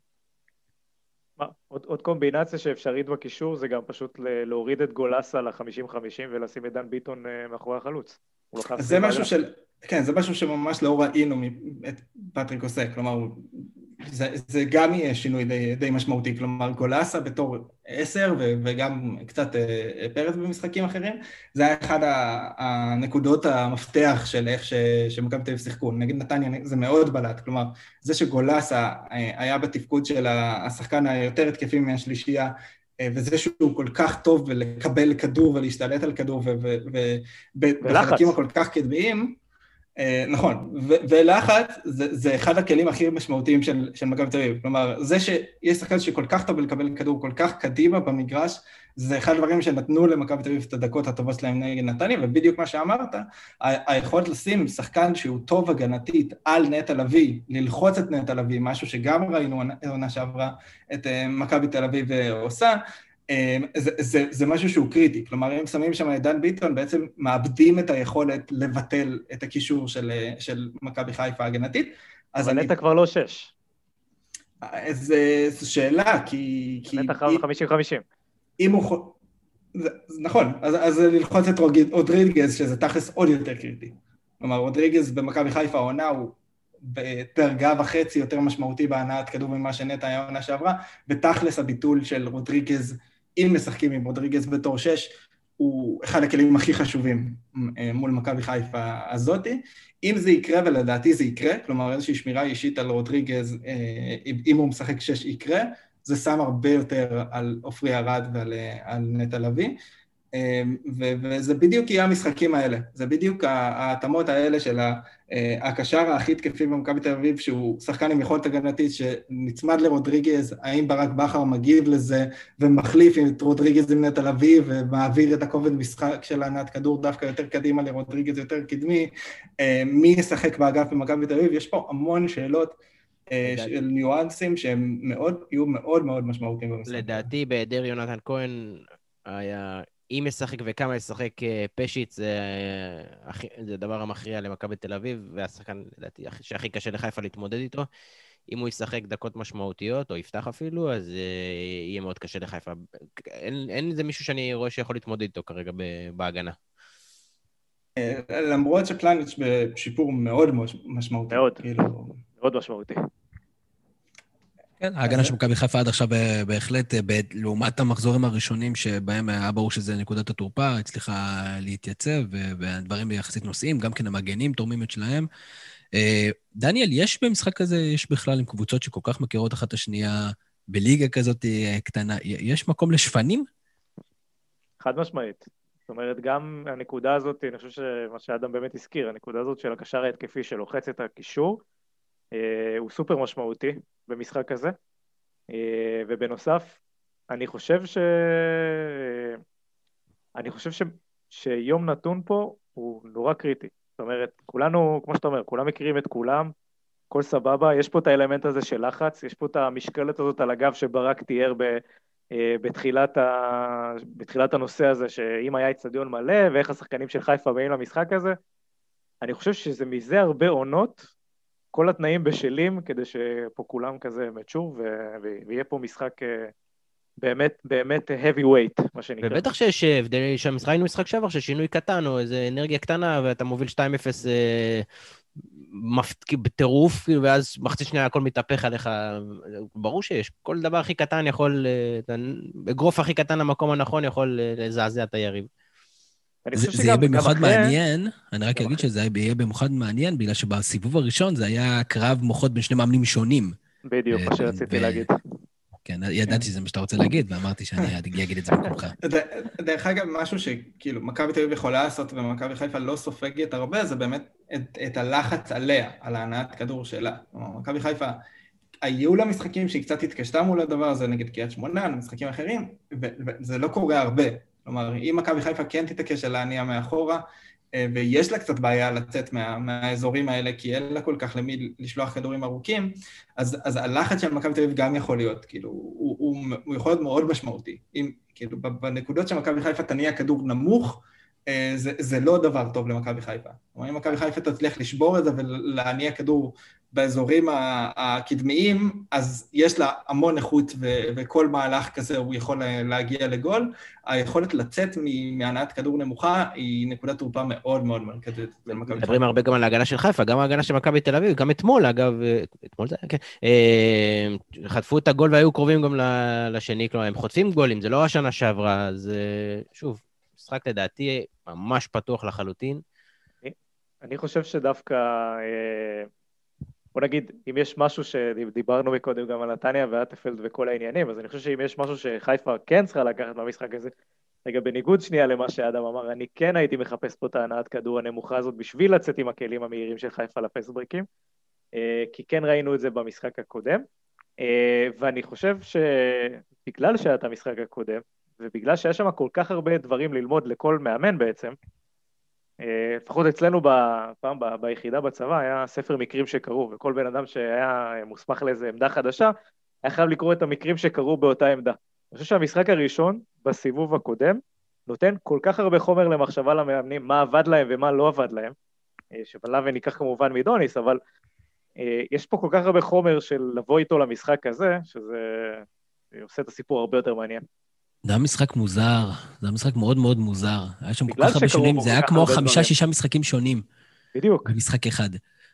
עוד קומבינציה שאפשרית בקישור, זה גם פשוט להוריד את גולסה ל-50-50 ולשים את דן ביטון מאחורי החלוץ. זה משהו כן, זה משהו שממש לא ראינו את פטריק עושה, כלומר, זה גם יהיה שינוי די משמעותי, כלומר, גולסה בתור 10 וגם קצת פרץ במשחקים אחרים, זה היה אחד הנקודות המפתח של איך שמכבי תל אביב שיחקו. נגד נתניה זה מאוד בלט, כלומר, זה שגולסה היה בתפקוד של השחקן היותר התקפי מהשלישייה, וזה שהוא כל כך טוב ולקבל כדור ולהשתלט על כדור ובחלקים הכל כך קדמיים, נכון, ולחץ זה אחד הכלים הכי משמעותיים של מכבי תל אביב, כלומר, זה שיש שחקן שכל כך טוב לקבל כדור כל כך קדימה במגרש, זה אחד הדברים שנתנו למכבי תל אביב את הדקות הטובות שלהם נגד נתניה, ובדיוק מה שאמרת, היכולת לשים שחקן שהוא טוב הגנתית על נטע לביא, ללחוץ את נטע לביא, משהו שגם ראינו עונה שעברה את מכבי תל אביב עושה, זה משהו שהוא קריטי, כלומר, אם שמים שם את דן ביטון, בעצם מאבדים את היכולת לבטל את הקישור של מכבי חיפה הגנתית. אבל נטע כבר לא 6. זו שאלה, כי... נטע 50-50. אם הוא... נכון, אז ללחוץ את רודריגז, שזה תכלס עוד יותר קריטי. כלומר, רודריגז במכבי חיפה העונה הוא בדרגה וחצי יותר משמעותי בהנעת כדור ממה שנטע היה העונה שעברה, ותכלס הביטול של רודריגז, אם משחקים עם רודריגז בתור 6, הוא אחד הכלים הכי חשובים מול מכבי חיפה הזאתי. אם זה יקרה, ולדעתי זה יקרה, כלומר איזושהי שמירה אישית על רודריגז, אם הוא משחק 6 יקרה, זה שם הרבה יותר על עופרי ארד ועל נטע לביא, וזה בדיוק יהיה המשחקים האלה, זה בדיוק ההתאמות האלה של הקשר הכי תקפי במכבי תל אביב, שהוא שחקן עם יכולת הגנתית שנצמד לרודריגז, האם ברק בכר מגיב לזה ומחליף את רודריגז עם נטע לביא ומעביר את הכובד משחק של הנעת כדור דווקא יותר קדימה לרודריגז יותר קדמי, מי ישחק באגף במכבי תל אביב, יש פה המון שאלות של ניואנסים שהם יהיו מאוד מאוד משמעותיים במשחק. לדעתי בהיעדר יונתן כהן היה... אם ישחק וכמה ישחק פשיץ, זה דבר המכריע למכבי תל אביב, והשחקן, לדעתי, שהכי קשה לחיפה להתמודד איתו. אם הוא ישחק דקות משמעותיות, או יפתח אפילו, אז יהיה מאוד קשה לחיפה. אין איזה מישהו שאני רואה שיכול להתמודד איתו כרגע בהגנה. למרות שפלניץ' בשיפור מאוד משמעותי. מאוד, מאוד משמעותי. כן, ההגנה של מכבי חיפה עד עכשיו בהחלט, לעומת המחזורים הראשונים שבהם היה ברור שזה נקודת התורפה, הצליחה להתייצב, והדברים יחסית נושאים, גם כן המגנים תורמים את שלהם. דניאל, יש במשחק הזה, יש בכלל עם קבוצות שכל כך מכירות אחת השנייה, בליגה כזאת קטנה, יש מקום לשפנים? חד משמעית. זאת אומרת, גם הנקודה הזאת, אני חושב שמה שאדם באמת הזכיר, הנקודה הזאת של הקשר ההתקפי שלוחץ את הקישור, הוא סופר משמעותי במשחק הזה, ובנוסף, אני חושב שיום נתון פה הוא נורא קריטי. זאת אומרת, כולנו, כמו שאתה אומר, כולם מכירים את כולם, הכל סבבה, יש פה את האלמנט הזה של לחץ, יש פה את המשקלת הזאת על הגב שברק תיאר בתחילת הנושא הזה, שאם היה אצטדיון מלא, ואיך השחקנים של חיפה באים למשחק הזה, אני חושב שזה מזה הרבה עונות, כל התנאים בשלים, כדי שפה כולם כזה מצ'ור, ויהיה פה משחק באמת heavy weight, מה שנקרא. ובטח שיש הבדל, שהמשחק היינו משחק שעבר, ששינוי קטן, או איזו אנרגיה קטנה, ואתה מוביל 2-0 בטירוף, ואז מחצית שנייה הכל מתהפך עליך, ברור שיש, כל דבר הכי קטן יכול, אגרוף הכי קטן למקום הנכון יכול לזעזע את היריב. זה יהיה במיוחד מעניין, אני רק אגיד שזה יהיה במיוחד מעניין, בגלל שבסיבוב הראשון זה היה קרב מוחות בין שני מאמנים שונים. בדיוק, מה שרציתי להגיד. כן, ידעתי שזה מה שאתה רוצה להגיד, ואמרתי שאני אגיד את זה במקומך. דרך אגב, משהו שכאילו מכבי תל אביב יכולה לעשות, ומכבי חיפה לא סופגת הרבה, זה באמת את הלחץ עליה, על ההנעת כדור שלה. מכבי חיפה, היו לה משחקים שהיא קצת התקשתה מול הדבר הזה, נגד קריית שמונה, משחקים אחרים, וזה לא קורה הרבה. כלומר, אם מכבי חיפה כן תתעקש על להניע מאחורה, ויש לה קצת בעיה לצאת מהאזורים האלה, כי אין לה כל כך למי לשלוח כדורים ארוכים, אז הלחץ של מכבי תל אביב גם יכול להיות, כאילו, הוא יכול להיות מאוד משמעותי. כאילו, בנקודות שמכבי חיפה תניע כדור נמוך, זה לא דבר טוב למכבי חיפה. כלומר, אם מכבי חיפה תצליח לשבור את זה ולהניע כדור באזורים הקדמיים, אז יש לה המון איכות, וכל מהלך כזה הוא יכול להגיע לגול. היכולת לצאת מהנעת כדור נמוכה היא נקודת תורפה מאוד מאוד מרכזית. מדברים הרבה גם על ההגנה של חיפה, גם ההגנה של מכבי תל אביב, גם אתמול, אגב, אתמול זה היה, כן, חטפו את הגול והיו קרובים גם לשני, כלומר, הם חוטפים גולים, זה לא השנה שעברה, אז שוב, משחק לדעתי ממש פתוח לחלוטין. אני חושב שדווקא, בוא נגיד, אם יש משהו שדיברנו מקודם גם על נתניה ואטפלד וכל העניינים, אז אני חושב שאם יש משהו שחיפה כן צריכה לקחת במשחק הזה, רגע, בניגוד שנייה למה שאדם אמר, אני כן הייתי מחפש פה את ההנעת כדור הנמוכה הזאת בשביל לצאת עם הכלים המהירים של חיפה לפסברקים, כי כן ראינו את זה במשחק הקודם, ואני חושב שבגלל שהיה את המשחק הקודם, ובגלל שיש שם כל כך הרבה דברים ללמוד לכל מאמן בעצם, לפחות אצלנו פעם ביחידה בצבא היה ספר מקרים שקרו, וכל בן אדם שהיה מוסמך לאיזה עמדה חדשה, היה חייב לקרוא את המקרים שקרו באותה עמדה. אני חושב שהמשחק הראשון בסיבוב הקודם, נותן כל כך הרבה חומר למחשבה למאמנים, מה עבד להם ומה לא עבד להם, שבלה וניקח כמובן מדוניס, אבל יש פה כל כך הרבה חומר של לבוא איתו למשחק הזה, שזה עושה את הסיפור הרבה יותר מעניין. זה היה משחק מוזר, זה היה משחק מאוד מאוד מוזר. היה שם כל כך הרבה שונים, זה היה כמו 5-6 משחקים שונים. בדיוק. במשחק אחד.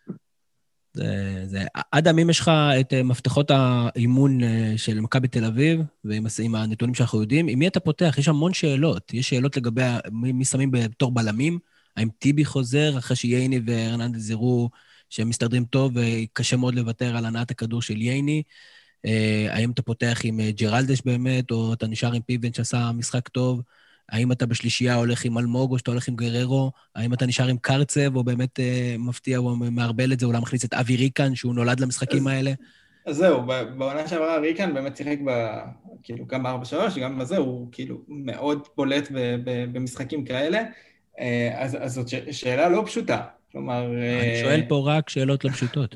אדם, אם יש לך את מפתחות האימון של מכבי תל אביב, ועם הנתונים שאנחנו יודעים, עם מי אתה פותח? יש המון שאלות. יש שאלות לגבי מי שמים בתור בלמים, האם טיבי חוזר, אחרי שייני והרננדז יראו שהם מסתדרים טוב, וקשה מאוד לוותר על הנעת הכדור של ייני. האם אתה פותח עם ג'רלדש באמת, או אתה נשאר עם פיבן שעשה משחק טוב? האם אתה בשלישייה הולך עם אלמוג, או שאתה הולך עם גררו? האם אתה נשאר עם קרצב, או באמת מפתיע, או מערבל את זה, אולי מכניס את אבי ריקן, שהוא נולד למשחקים האלה? אז זהו, בעונה שעברה ריקן באמת שיחק כאילו גם ב-4-3, גם בזה הוא כאילו מאוד בולט במשחקים כאלה, אז זאת שאלה לא פשוטה. כלומר... אני שואל פה רק שאלות לא פשוטות.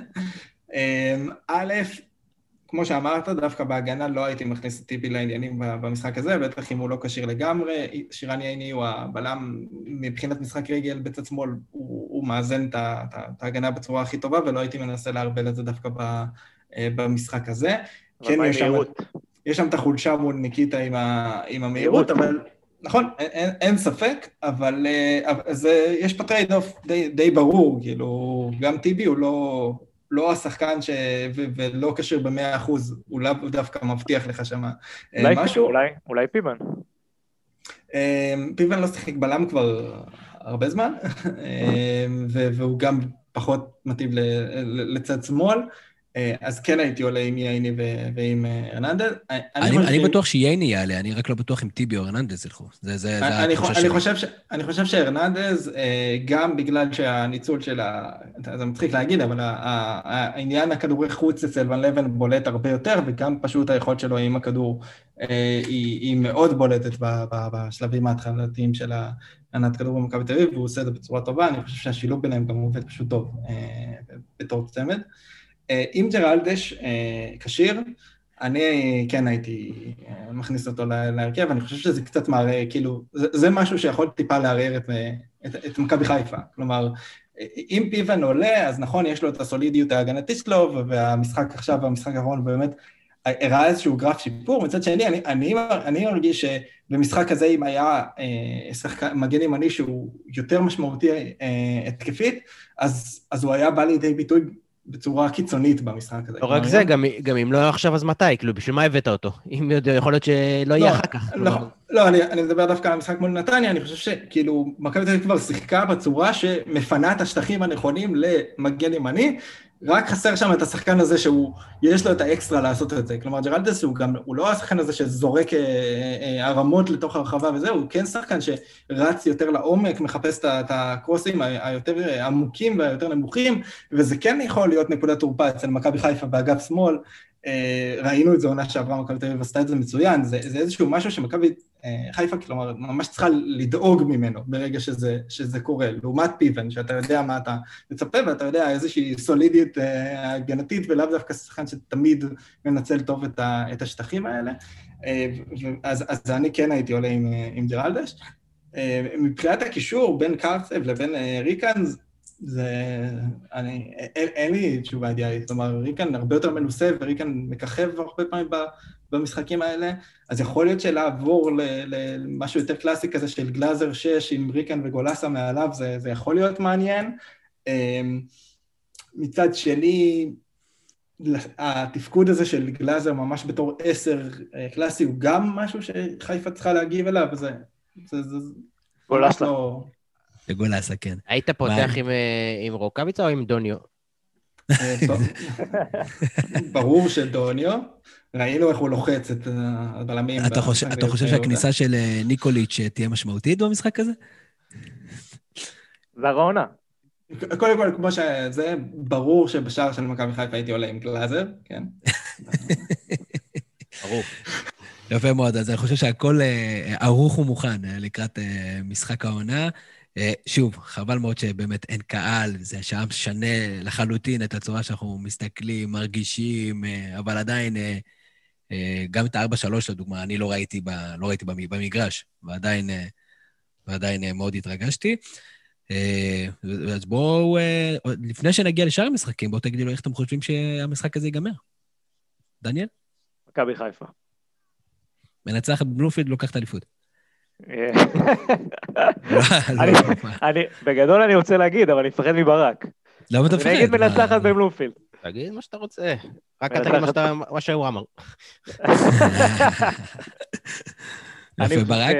א', כמו שאמרת, דווקא בהגנה לא הייתי מכניס את טיבי לעניינים במשחק הזה, בטח אם הוא לא קשיר לגמרי, שירן ייני הוא הבלם מבחינת משחק רגל בצד שמאל, הוא מאזן את ההגנה בצורה הכי טובה, ולא הייתי מנסה להרבל את זה דווקא במשחק הזה. כן, יש שם את החולשה מול ניקיטה עם המהירות, אבל נכון, אין ספק, אבל יש פה טרייד-אוף די ברור, כאילו, גם טיבי הוא לא השחקן ולא קשור ב100%, הוא לא דווקא מבטיח לך שם משהו. אולי פיבן. פיבן לא שיחק בלם כבר הרבה זמן, והוא גם פחות מתאים לצד שמאל, אז כן הייתי עולה עם ייני ועם הרננדז. אני בטוח שייני יעלה, אני רק לא בטוח אם טיבי או הרננדז ילכו. אני חושב שהרננדז, גם בגלל שהניצול של זה מצחיק להגיד, אבל העניין הכדורי חוץ אצל ון לבן בולט הרבה יותר, וגם פשוט היכולת שלו עם הכדור היא מאוד בולטת בשלבים ההתחלתיים ענת כדור במכבי תל אביב, והוא עושה את זה בצורה טובה, אני חושב שהשילוב ביניהם גם עובד פשוט טוב בתור צמד. אם ג'רלדש כשיר, אני כן הייתי מכניס אותו להרכב, אני חושב שזה קצת מראה, כאילו, זה משהו שיכול טיפה לערער את מכבי חיפה, כלומר, אם פיבן עולה, אז נכון, יש לו את הסולידיות ההגנתית שלו, והמשחק עכשיו, והמשחק האחרון באמת, הראה איזשהו גרף שיפור, מצד שני, אני מרגיש שבמשחק הזה, אם היה מגן ימני שהוא יותר משמעותי התקפית, אז הוא היה בא לידי ביטוי בצורה קיצונית במשחק הזה. לא רק זה, גם אם לא עכשיו, אז מתי? כאילו, בשביל מה הבאת אותו? אם יכול להיות שלא יהיה אחר כך. לא, אני מדבר דווקא על המשחק מול נתניה, אני חושב שכאילו, מכבי תל אביב כבר שיחקה בצורה שמפנה את השטחים הנכונים למגן ימני, רק חסר שם את השחקן הזה שיש לו את האקסטרה לעשות את זה. כלומר, ג'רלדש הוא לא השחקן הזה שזורק הרמות לתוך הרחבה וזה, הוא כן שחקן שרץ יותר לעומק, מחפש את הקרוסים היותר עמוקים והיותר נמוכים, וזה כן יכול להיות נקודת תורפה אצל מכבי חיפה באגף שמאל, ראינו את זה עונה שעברה, מכבי תל אביב עשתה את זה מצוין, זה איזשהו משהו שמכבי חיפה, כלומר, ממש צריכה לדאוג ממנו ברגע שזה קורה, לעומת פיבן, שאתה יודע מה אתה מצפה, ואתה יודע איזושהי סולידית הגנתית, ולאו דווקא שחקן שתמיד מנצל טוב את השטחים האלה, אז אני כן הייתי עולה עם ג'רלדש. מבחינת הקישור בין קרצב לבין ריקן, אין לי תשובה אידיאלית, זאת אומרת, ריקן הרבה יותר מנוסה, וריקן מככב הרבה פעמים במשחקים האלה, אז יכול להיות שלעבור למשהו יותר קלאסי כזה של גלאזר 6 עם ריקן וגולסה מעליו, זה יכול להיות מעניין. מצד שני, התפקוד הזה של גלאזר ממש בתור 10 קלאסי, הוא גם משהו שחיפה צריכה להגיב אליו, וזה גולסה. לגולסה, כן. היית פותח עם רוקאביצה או עם דוניו? ברור שדוניו, ראינו איך הוא לוחץ את הבלמים. אתה חושב שהכניסה של ניקוליץ' תהיה משמעותית במשחק הזה? זה הרעונה. קודם כל, כמו שזה, ברור שבשער של מכבי חיפה הייתי עולה עם גלאזר, כן? ברור. יפה מאוד, אז אני חושב שהכל ערוך ומוכן לקראת משחק העונה. שוב, חבל מאוד שבאמת אין קהל, זה שעה משנה לחלוטין את הצורה שאנחנו מסתכלים, מרגישים, אבל עדיין, גם את ה-4-3 לדוגמה, אני לא ראיתי במגרש, ועדיין מאוד התרגשתי. אז בואו, לפני שנגיע לשאר המשחקים, בואו תגידו איך אתם חושבים שהמשחק הזה ייגמר. דניאל? מכבי חיפה. מנצחת בבלומפילד, לוקחת אליפות. בגדול אני רוצה להגיד, אבל אני מפחד מברק. למה אתה מפחד? אני אגיד מנצחת בבלומפילד. תגיד מה שאתה רוצה. רק אתה תגיד מה שהוא אמר. יפה, ברק?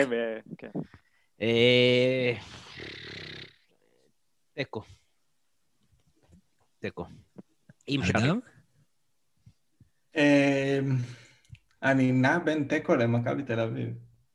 תיקו. אדם? אני נע בין תיקו למכבי תל אביב.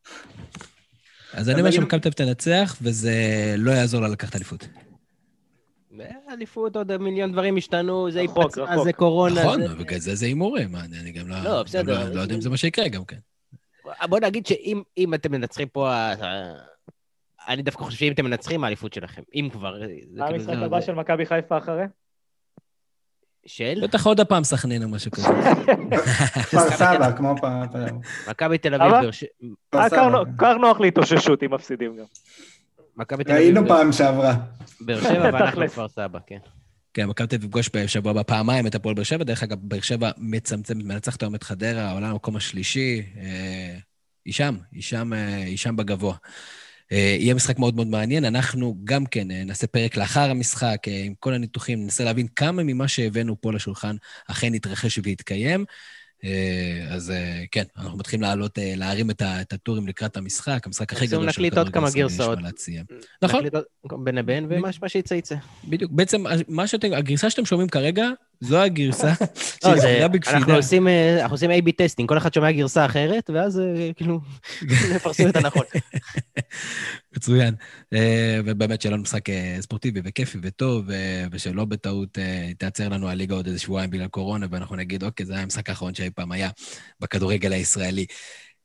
אז אני אומר שמכבי תל אביב תנצח, וזה לא יעזור לה לקחת אליפות. אליפות, עוד מיליון דברים השתנו, זה היפצה, זה קורונה. נכון, בגלל זה הימורים, אני גם לא יודע אם זה מה שיקרה גם כן. בוא נגיד שאם אתם מנצחים פה, אני דווקא חושב שאם אתם מנצחים, האליפות שלכם. אם כבר... המשחק הבא של מכבי חיפה אחרי? של? בטח עוד הפעם סכנין או משהו כזה. כפר סבא, כמו פעם. מכבי תל אביב... קר נוח להתאוששות אם מפסידים גם. ראינו פעם שעברה. באר שבע ואנחנו כפר סבא, כן. כן, מכבי תל אביב יפגוש בשבוע בפעמיים את הפועל באר שבע, דרך אגב, באר שבע מצמצמת, מנצחת היום את חדרה, עולה למקום השלישי, היא שם בגבוה. יהיה משחק מאוד מאוד מעניין, אנחנו גם כן נעשה פרק לאחר המשחק, עם כל הניתוחים, ננסה להבין כמה ממה שהבאנו פה לשולחן אכן יתרחש ויתקיים, אז כן, אנחנו מתחילים להרים את הטורים לקראת המשחק הכי גדול של נקליט עוד כמה גרסאות. נכון. בין לבין, ומה שיצא. בדיוק, בעצם הגרסה שאתם שומעים כרגע, זו הגרסה שנכתבה בקפידה. אנחנו עושים A-B טסטינג, כל אחד שומע גרסה אחרת, ואז כאילו נפרסם את הנכון. מצוין. ובאמת שלנו משחק ספורטיבי וכיפי וטוב, ושלא בטעות תעצר לנו הליגה עוד איזה שבועיים בגלל קורונה, ואנחנו נגיד, אוקיי, זה היה המשחק האחרון שאי פעם היה בכדורגל הישראלי.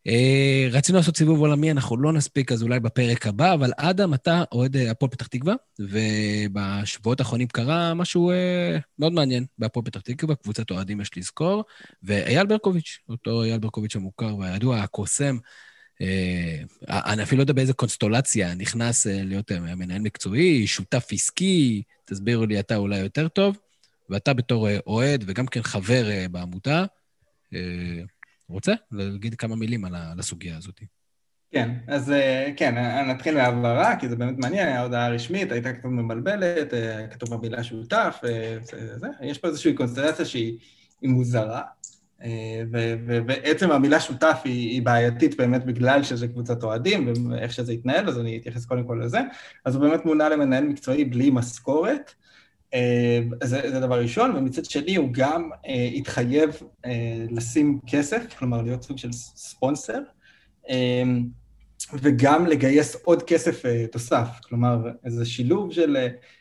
רצינו לעשות סיבוב עולמי, אנחנו לא נספיק, אז אולי בפרק הבא, אבל אדם, אתה אוהד הפועל פתח תקווה, ובשבועות האחרונים קרה משהו מאוד מעניין בהפועל פתח תקווה, קבוצת אוהדים יש לזכור, ואייל ברקוביץ', אותו אייל ברקוביץ' המוכר והידוע, הקוסם, אני אפילו לא יודע באיזה קונסטולציה נכנס להיות מנהל מקצועי, שותף עסקי, תסבירו לי אתה אולי יותר טוב, ואתה בתור אוהד וגם כן חבר בעמותה, רוצה להגיד כמה מילים על הסוגיה הזאת? כן, אז כן, נתחיל מהעברה, כי זה באמת מעניין, ההודעה הרשמית, הייתה כתוב מבלבלת, כתוב במילה שותף, יש פה איזושהי קונסטלציה שהיא מוזרה, ובעצם המילה שותף היא בעייתית באמת בגלל שזה קבוצת אוהדים, ואיך שזה יתנהל, אז אני אתייחס קודם כל לזה. אז הוא באמת מונה למנהל מקצועי בלי משכורת, זה דבר ראשון, ומצד שני הוא גם התחייב לשים כסף, כלומר להיות סוג של ספונסר, וגם לגייס עוד כסף תוסף, כלומר איזה שילוב של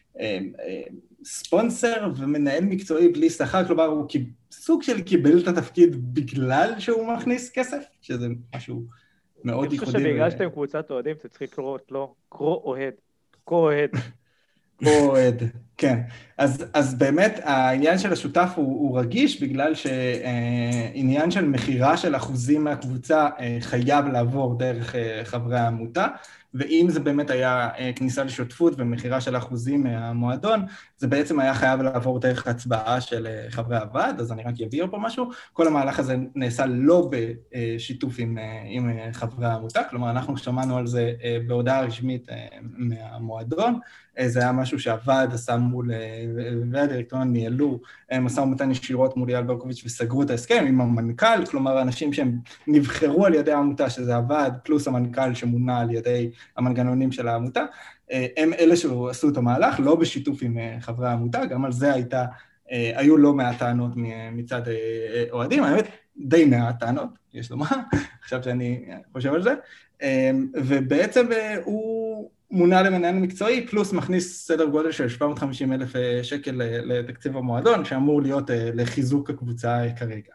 ספונסר ומנהל מקצועי בלי שכר, כלומר הוא סוג של קיבל את התפקיד בגלל שהוא מכניס כסף, שזה משהו מאוד ייחודי. אני חושב שבגלל שאתם קבוצת אוהדים, אתם צריכים לקרות לו קרו-אוהד, קו-אוהד. אוהד, כן. אז באמת העניין של השותף הוא רגיש, בגלל שעניין של מחירה של אחוזים מהקבוצה חייב לעבור דרך חברי העמותה, ואם זה באמת היה כניסה לשותפות ומחירה של אחוזים מהמועדון, זה בעצם היה חייב לעבור דרך הצבעה של חברי הוועד, אז אני רק אבהיר פה משהו. כל המהלך הזה נעשה לא בשיתוף עם חברי העמותה, כלומר אנחנו שמענו על זה בהודעה רשמית מהמועדון, זה היה משהו שהוועד עשה מול, והדירקטוריון ניהלו משא ומתן ישירות מול אייל ברקוביץ' וסגרו את ההסכם עם המנכ"ל, כלומר אנשים שהם נבחרו על ידי העמותה, שזה הוועד, פלוס המנכ"ל שמונה על ידי המנגנונים של העמותה, הם אלה שעשו את המהלך, לא בשיתוף עם חברי העמותה, גם על זה היו לא מעט טענות מצד אוהדים, האמת די מעט טענות, יש לומר, עכשיו שאני חושב על זה, ובעצם הוא מונה למנהל מקצועי, פלוס מכניס סדר גודל של 750,000 שקל לתקציב המועדון, שאמור להיות לחיזוק הקבוצה כרגע.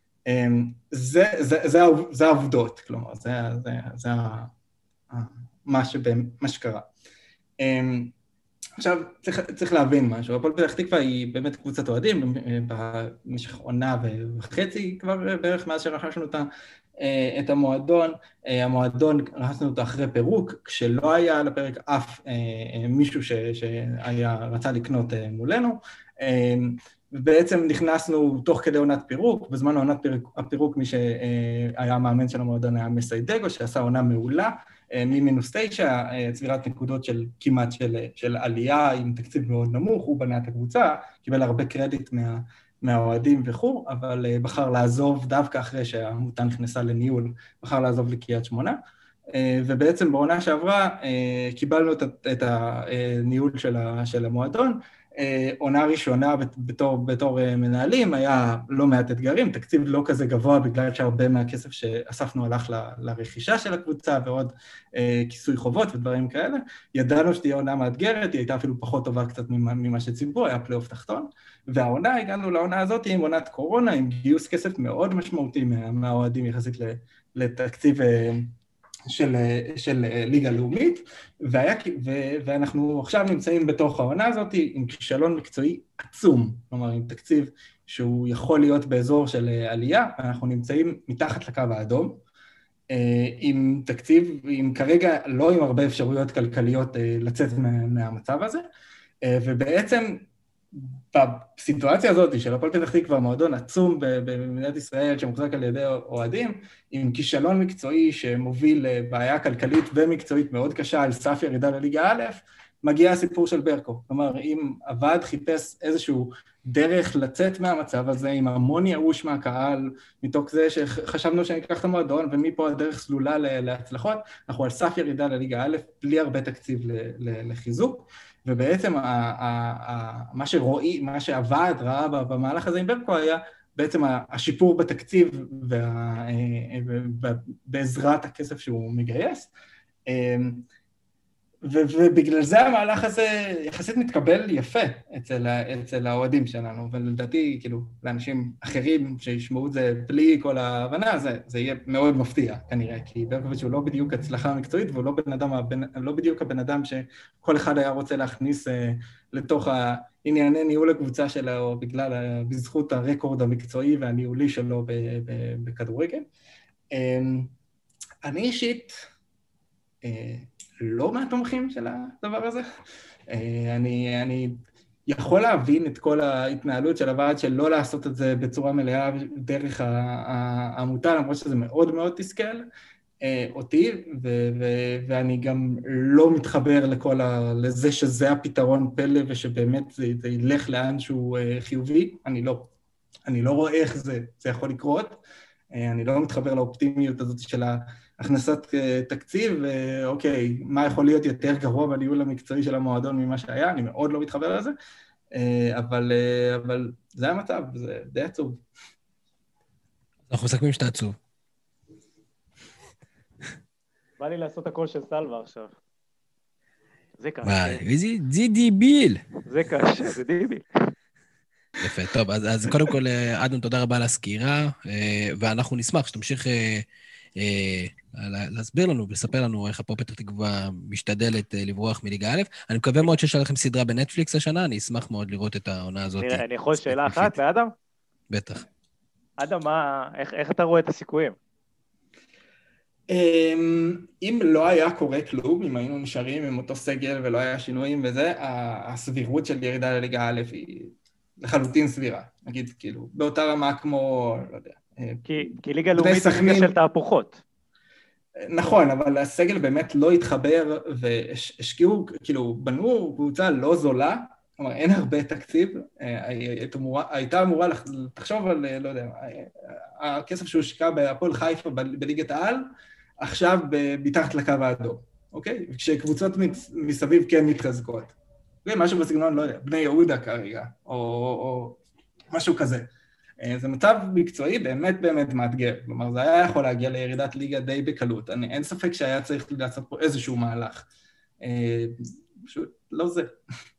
זה העובדות, כלומר, זה מה שקרה. עכשיו, צריך להבין משהו, הפועל פתח תקווה היא באמת קבוצת אוהדים, במשך עונה וחצי כבר בערך מאז שרכשנו את המועדון, רכשנו אותו אחרי פירוק, כשלא היה על הפרק אף מישהו רצה לקנות מולנו, ובעצם נכנסנו תוך כדי עונת פירוק, בזמן עונת הפירוק מי שהיה המאמן של המועדון היה מסיידגו, שעשה עונה מעולה, מ-9, צבירת נקודות של כמעט של עלייה עם תקציב מאוד נמוך, הוא בנה את הקבוצה, קיבל הרבה קרדיט מהאוהדים וכו', אבל בחר לעזוב דווקא אחרי שהעמותה נכנסה לניהול, בחר לעזוב לקריית שמונה, ובעצם בעונה שעברה קיבלנו את הניהול של המועדון, עונה ראשונה בתור מנהלים, היה לא מעט אתגרים, תקציב לא כזה גבוה בגלל שהרבה מהכסף שאספנו הלך לרכישה של הקבוצה ועוד כיסוי חובות ודברים כאלה, ידענו שתהיה עונה מאתגרת, היא הייתה אפילו פחות טובה קצת ממה שציפו, היה פלייאוף תחתון, והעונה, הגענו לעונה הזאת עם עונת קורונה, עם גיוס כסף מאוד משמעותי מהאוהדים יחסית לתקציב של ליגה לאומית, ואנחנו עכשיו נמצאים בתוך העונה הזאת עם כישלון מקצועי עצום, כלומר עם תקציב שהוא יכול להיות באזור של עלייה, אנחנו נמצאים מתחת לקו האדום, עם תקציב, כרגע לא עם הרבה אפשרויות כלכליות לצאת מהמצב הזה, ובעצם בסיטואציה הזאת של הפועל פתח תקווה, מועדון עצום במדינת ישראל שמוחזק על ידי אוהדים, עם כישלון מקצועי שמוביל לבעיה כלכלית ומקצועית מאוד קשה על סף ירידה לליגה א', מגיע הסיפור של ברקו. כלומר, אם הוועד חיפש איזשהו דרך לצאת מהמצב הזה, עם המון ייאוש מהקהל, מתוך זה שחשבנו שניקח את המועדון, ומפה הדרך סלולה להצלחות, אנחנו על סף ירידה לליגה א', בלי הרבה תקציב לחיזוק, ובעצם מה שהוועד ראה במהלך הזה עם ברקו היה בעצם השיפור בתקציב בעזרת הכסף שהוא מגייס. ובגלל זה המהלך הזה יחסית מתקבל יפה אצל האוהדים שלנו, ולדעתי, כאילו, לאנשים אחרים שישמעו את זה בלי כל ההבנה, זה יהיה מאוד מפתיע, כנראה, כי ברקוביץ' הוא לא בדיוק הצלחה מקצועית, והוא לא בדיוק הבן אדם שכל אחד היה רוצה להכניס לתוך הענייני ניהול הקבוצה שלו, בזכות הרקורד המקצועי והניהולי שלו בכדורגל. אני אישית, לא מהתומכים של הדבר הזה. אני יכול להבין את כל ההתנהלות של הוועד של לא לעשות את זה בצורה מלאה דרך העמותה, למרות שזה מאוד מאוד תסכל אותי, ואני גם לא מתחבר לזה שזה הפתרון פלא ושבאמת זה ילך לאן שהוא חיובי. אני לא רואה איך זה יכול לקרות. אני לא מתחבר לאופטימיות הזאת של הכנסת תקציב, אוקיי, מה יכול להיות יותר גרוע בניהול המקצועי של המועדון ממה שהיה, אני מאוד לא מתחבר לזה, אבל זה המצב, זה די עצוב. אנחנו מסכמים שאתה עצוב. בא לי לעשות הכל של סלווה עכשיו. זה קשה. מה, זה דיביל. זה קשה, זה דיביל. יפה, טוב, אז קודם כל, אדם, תודה רבה על הסקירה, ואנחנו נשמח שתמשיך להסביר לנו ולספר לנו איך הפועל פתח תקווה משתדלת לברוח מליגה א'. אני מקווה מאוד שיש לכם סדרה בנטפליקס השנה, אני אשמח מאוד לראות את העונה הזאת. אני יכול שאלה אחת לאדם? בטח. אדם, איך אתה רואה את הסיכויים? אם לא היה קורה כלום, אם היינו נשארים עם אותו סגל ולא היה שינויים וזה, הסבירות של ירידה לליגה א' היא לחלוטין סבירה. נגיד, כאילו, באותה רמה כמו, לא יודע. כי ליגה לאומית זה ליגה של תהפוכות. נכון, אבל הסגל באמת לא התחבר, והשקיעו, כאילו, בנו קבוצה לא זולה, כלומר, אין הרבה תקציב, הייתה אמורה תחשוב על, לא יודע, הכסף שהושקע בהפועל חיפה בליגת העל, עכשיו מתחת לקו האדום, אוקיי? כשקבוצות מסביב כן מתחזקות. משהו בסגנון, לא יודע, בני יהודה כרגע, או משהו כזה. זה מצב מקצועי באמת באמת מאתגר, כלומר, זה היה יכול להגיע לירידת ליגה די בקלות, אין ספק שהיה צריך לעשות פה איזשהו מהלך. פשוט לא זה.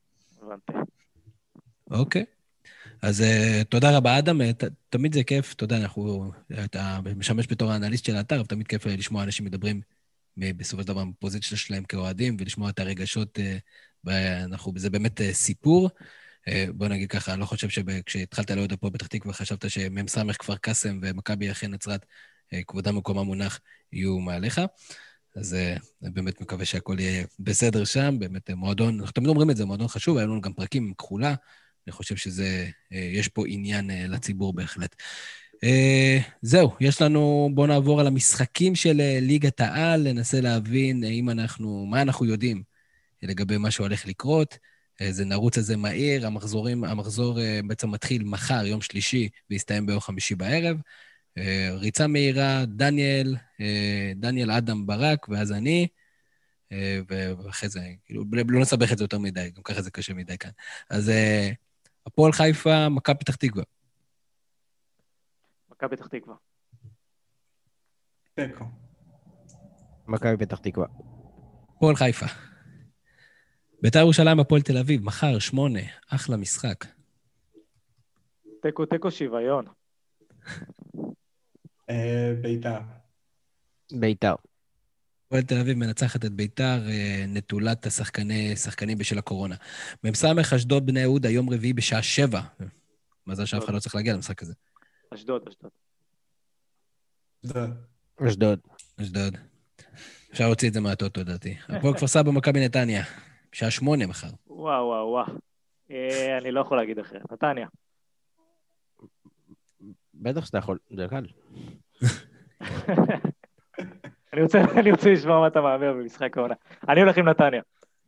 אוקיי. אז תודה רבה, אדם, תמיד זה כיף, תודה, אתה משמש בתור האנליסט של האתר, ותמיד כיף לשמוע אנשים מדברים בסופו של דבר בפוזיציה שלהם כאוהדים, ולשמוע את הרגשות, זה באמת סיפור. בוא נגיד ככה, אני לא חושב שכשהתחלת לאוהד הפועל פתח תקווה, חשבת שמ"ס כפר קאסם ומכבי אחרי נצרת, כבודם מקום המונח, יהיו מעליך. אז אני באמת מקווה שהכל יהיה בסדר שם, באמת מועדון, אנחנו תמיד אומרים את זה, מועדון חשוב, היה לנו גם פרקים עם כחולה, אני חושב יש פה עניין לציבור בהחלט. זהו, בואו נעבור על המשחקים של ליגת העל, ננסה להבין מה אנחנו יודעים לגבי מה שהולך לקרות, זה נרוץ הזה מהיר, המחזור בעצם מתחיל מחר, יום שלישי, ויסתיים ביום חמישי בערב, ריצה מהירה, דניאל אדם ברק, ואז אני, ואחרי זה, כאילו, לא נסבך את זה יותר מדי, גם ככה זה קשה מדי כאן. אז הפועל חיפה, מכבי פתח תקווה. מכבי פתח תקווה. תיקו. מכבי פתח תקווה. הפועל חיפה. בית"ר ירושלים, הפועל תל אביב, מחר, 8, אחלה משחק. תיקו שוויון. בית"ר. בית"ר. הפועל תל אביב מנצחת את בית"ר, נטולת השחקנים בשל הקורונה. מ"ס אשדוד בני יהודה, יום רביעי בשעה 7. מזל שאף אחד לא צריך להגיע למשחק הזה. אשדוד. אפשר להוציא את זה מהטוטו, לדעתי. הפועל כפר סבא מכבי נתניה, בשעה 8 מחר. וואו. אני לא יכול להגיד אחרת. נתניה. בטח שאתה יכול, זה קל. אני רוצה לשמוע מה אתה מאמר במשחק העונה. אני הולך עם נתניה.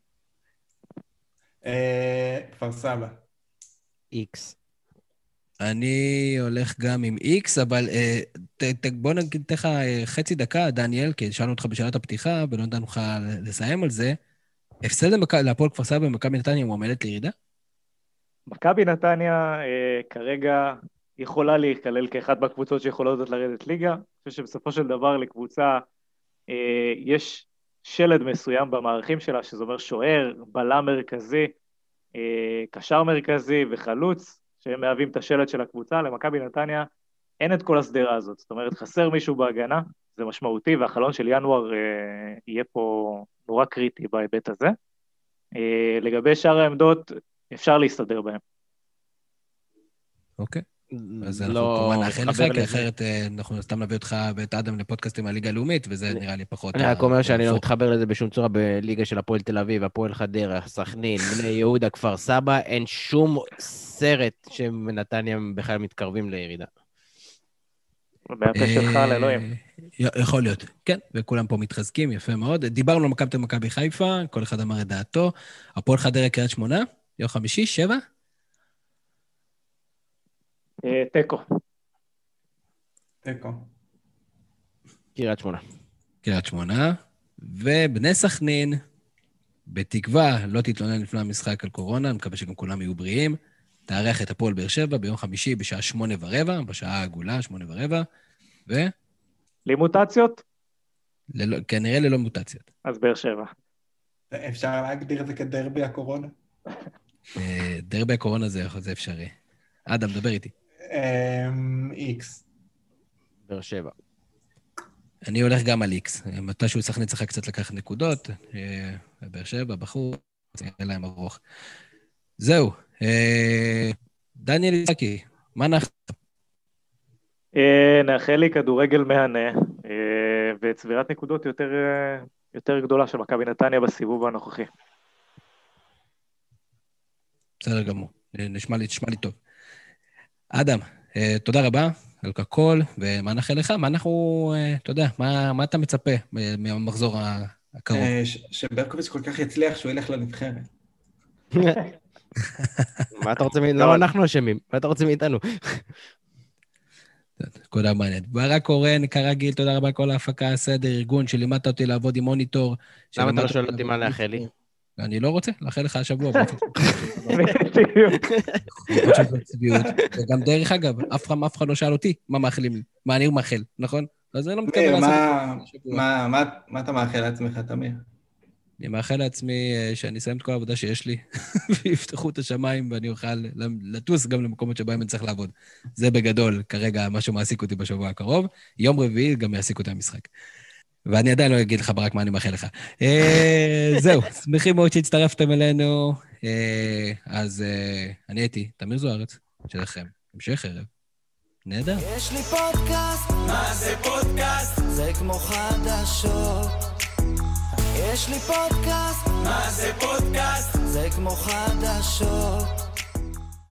כפר סבא. איקס. אני הולך גם עם איקס, אבל בוא נגיד לך חצי דקה, דניאל, כי שאלנו אותך בשאלת הפתיחה, ולא נתנו לך לסיים על זה. הפסד להפועל כפר סבא במכבי נתניה מועמדת לירידה? מכבי נתניה כרגע יכולה להיכלל כאחת בקבוצות שיכולות לרדת ליגה. אני חושב שבסופו של דבר לקבוצה יש שלד מסוים במערכים שלה, שזה אומר שוער, בלם מרכזי, קשר מרכזי וחלוץ, שהם מהווים את השלד של הקבוצה. למכבי נתניה אין את כל הסדרה הזאת, זאת אומרת, חסר מישהו בהגנה, זה משמעותי, והחלון של ינואר יהיה פה נורא קריטי בהיבט הזה. לגבי שאר העמדות, אפשר להסתדר בהם. אוקיי. אז אנחנו כמובן נאחל לך, כי אחרת אנחנו סתם נביא אותך ואת אדם לפודקאסטים הליגה הלאומית, וזה נראה לי פחות... אני רק אומר שאני לא מתחבר לזה בשום צורה בליגה של הפועל תל אביב, הפועל חדרה, סכנין, בני יהודה, כפר סבא, אין שום סרט שמנתניה בכלל מתקרבים לירידה. מהפה שלך לאלוהים. יכול להיות, כן, וכולם פה מתחזקים, יפה מאוד. דיברנו על מכבי חיפה, כל אחד אמר את דעתו. הפועל חדרה קריית שמונה, יום חמישי, 7? תיקו. קריית שמונה. ובני סכנין, בתקווה, לא תתלונן לפני המשחק על קורונה, אני מקווה שגם כולם יהיו בריאים, תארח את הפועל באר שבע ביום חמישי בשעה 8:15, בשעה העגולה, 8:15, למוטציות? כנראה ללא מוטציות. אז באר שבע. אפשר להגדיר את זה כדרבי הקורונה? דרבי הקורונה זה אפשרי. אדם, דבר איתי. איקס. באר שבע. אני הולך גם על איקס. מתישהו סכנין צריך קצת לקחת נקודות. באר שבע, בחור, זה יהיה להם ארוך. זהו. דניאל יצחקי, מה נאחל? נאחל לי כדורגל מהנה, וצבירת נקודות יותר גדולה של מכבי נתניה בסיבוב הנוכחי. בסדר גמור. נשמע לי טוב. אדם, תודה רבה על הכל, ומה נאחל לך? מה אנחנו, אתה יודע, מה אתה מצפה מהמחזור הקרוב? שברקוביץ' כל כך יצליח שהוא ילך לנבחרת. מה אתה רוצה מאיתנו? לא, אנחנו אשמים. מה אתה רוצה מאיתנו? נקודה מעניינת. ברק קורן, כרגיל, תודה רבה כל ההפקה, הסדר, ארגון שלימדת אותי לעבוד עם מוניטור. למה אתה לא שואל אותי מה לאחל לי? אני לא רוצה, לאחל לך השבוע. וגם דרך אגב, אף אחד לא שאל אותי מה מאחלים לי, מה אני מאחל, נכון? אז אני לא מתכוון לעשות את זה. מה אתה מאחל לעצמך, תמיר? אני מאחל לעצמי שאני אסיים את כל העבודה שיש לי, ויפתחו את השמיים ואני אוכל לטוס גם למקומות שבהם אני צריך לעבוד. זה בגדול כרגע מה שמעסיק אותי בשבוע הקרוב. יום רביעי גם יעסיק אותי המשחק. ואני עדיין לא אגיד לך ברק מה אני מאחל לך. זהו, שמחים מאוד שהצטרפתם אלינו. אז אני הייתי תמיר זוארץ, שלכם. המשך ערב. נהדר. יש לי פודקאסט, מה זה פודקאסט? זה כמו חדשות. יש לי פודקאסט, מה זה פודקאסט? זה כמו חדשות.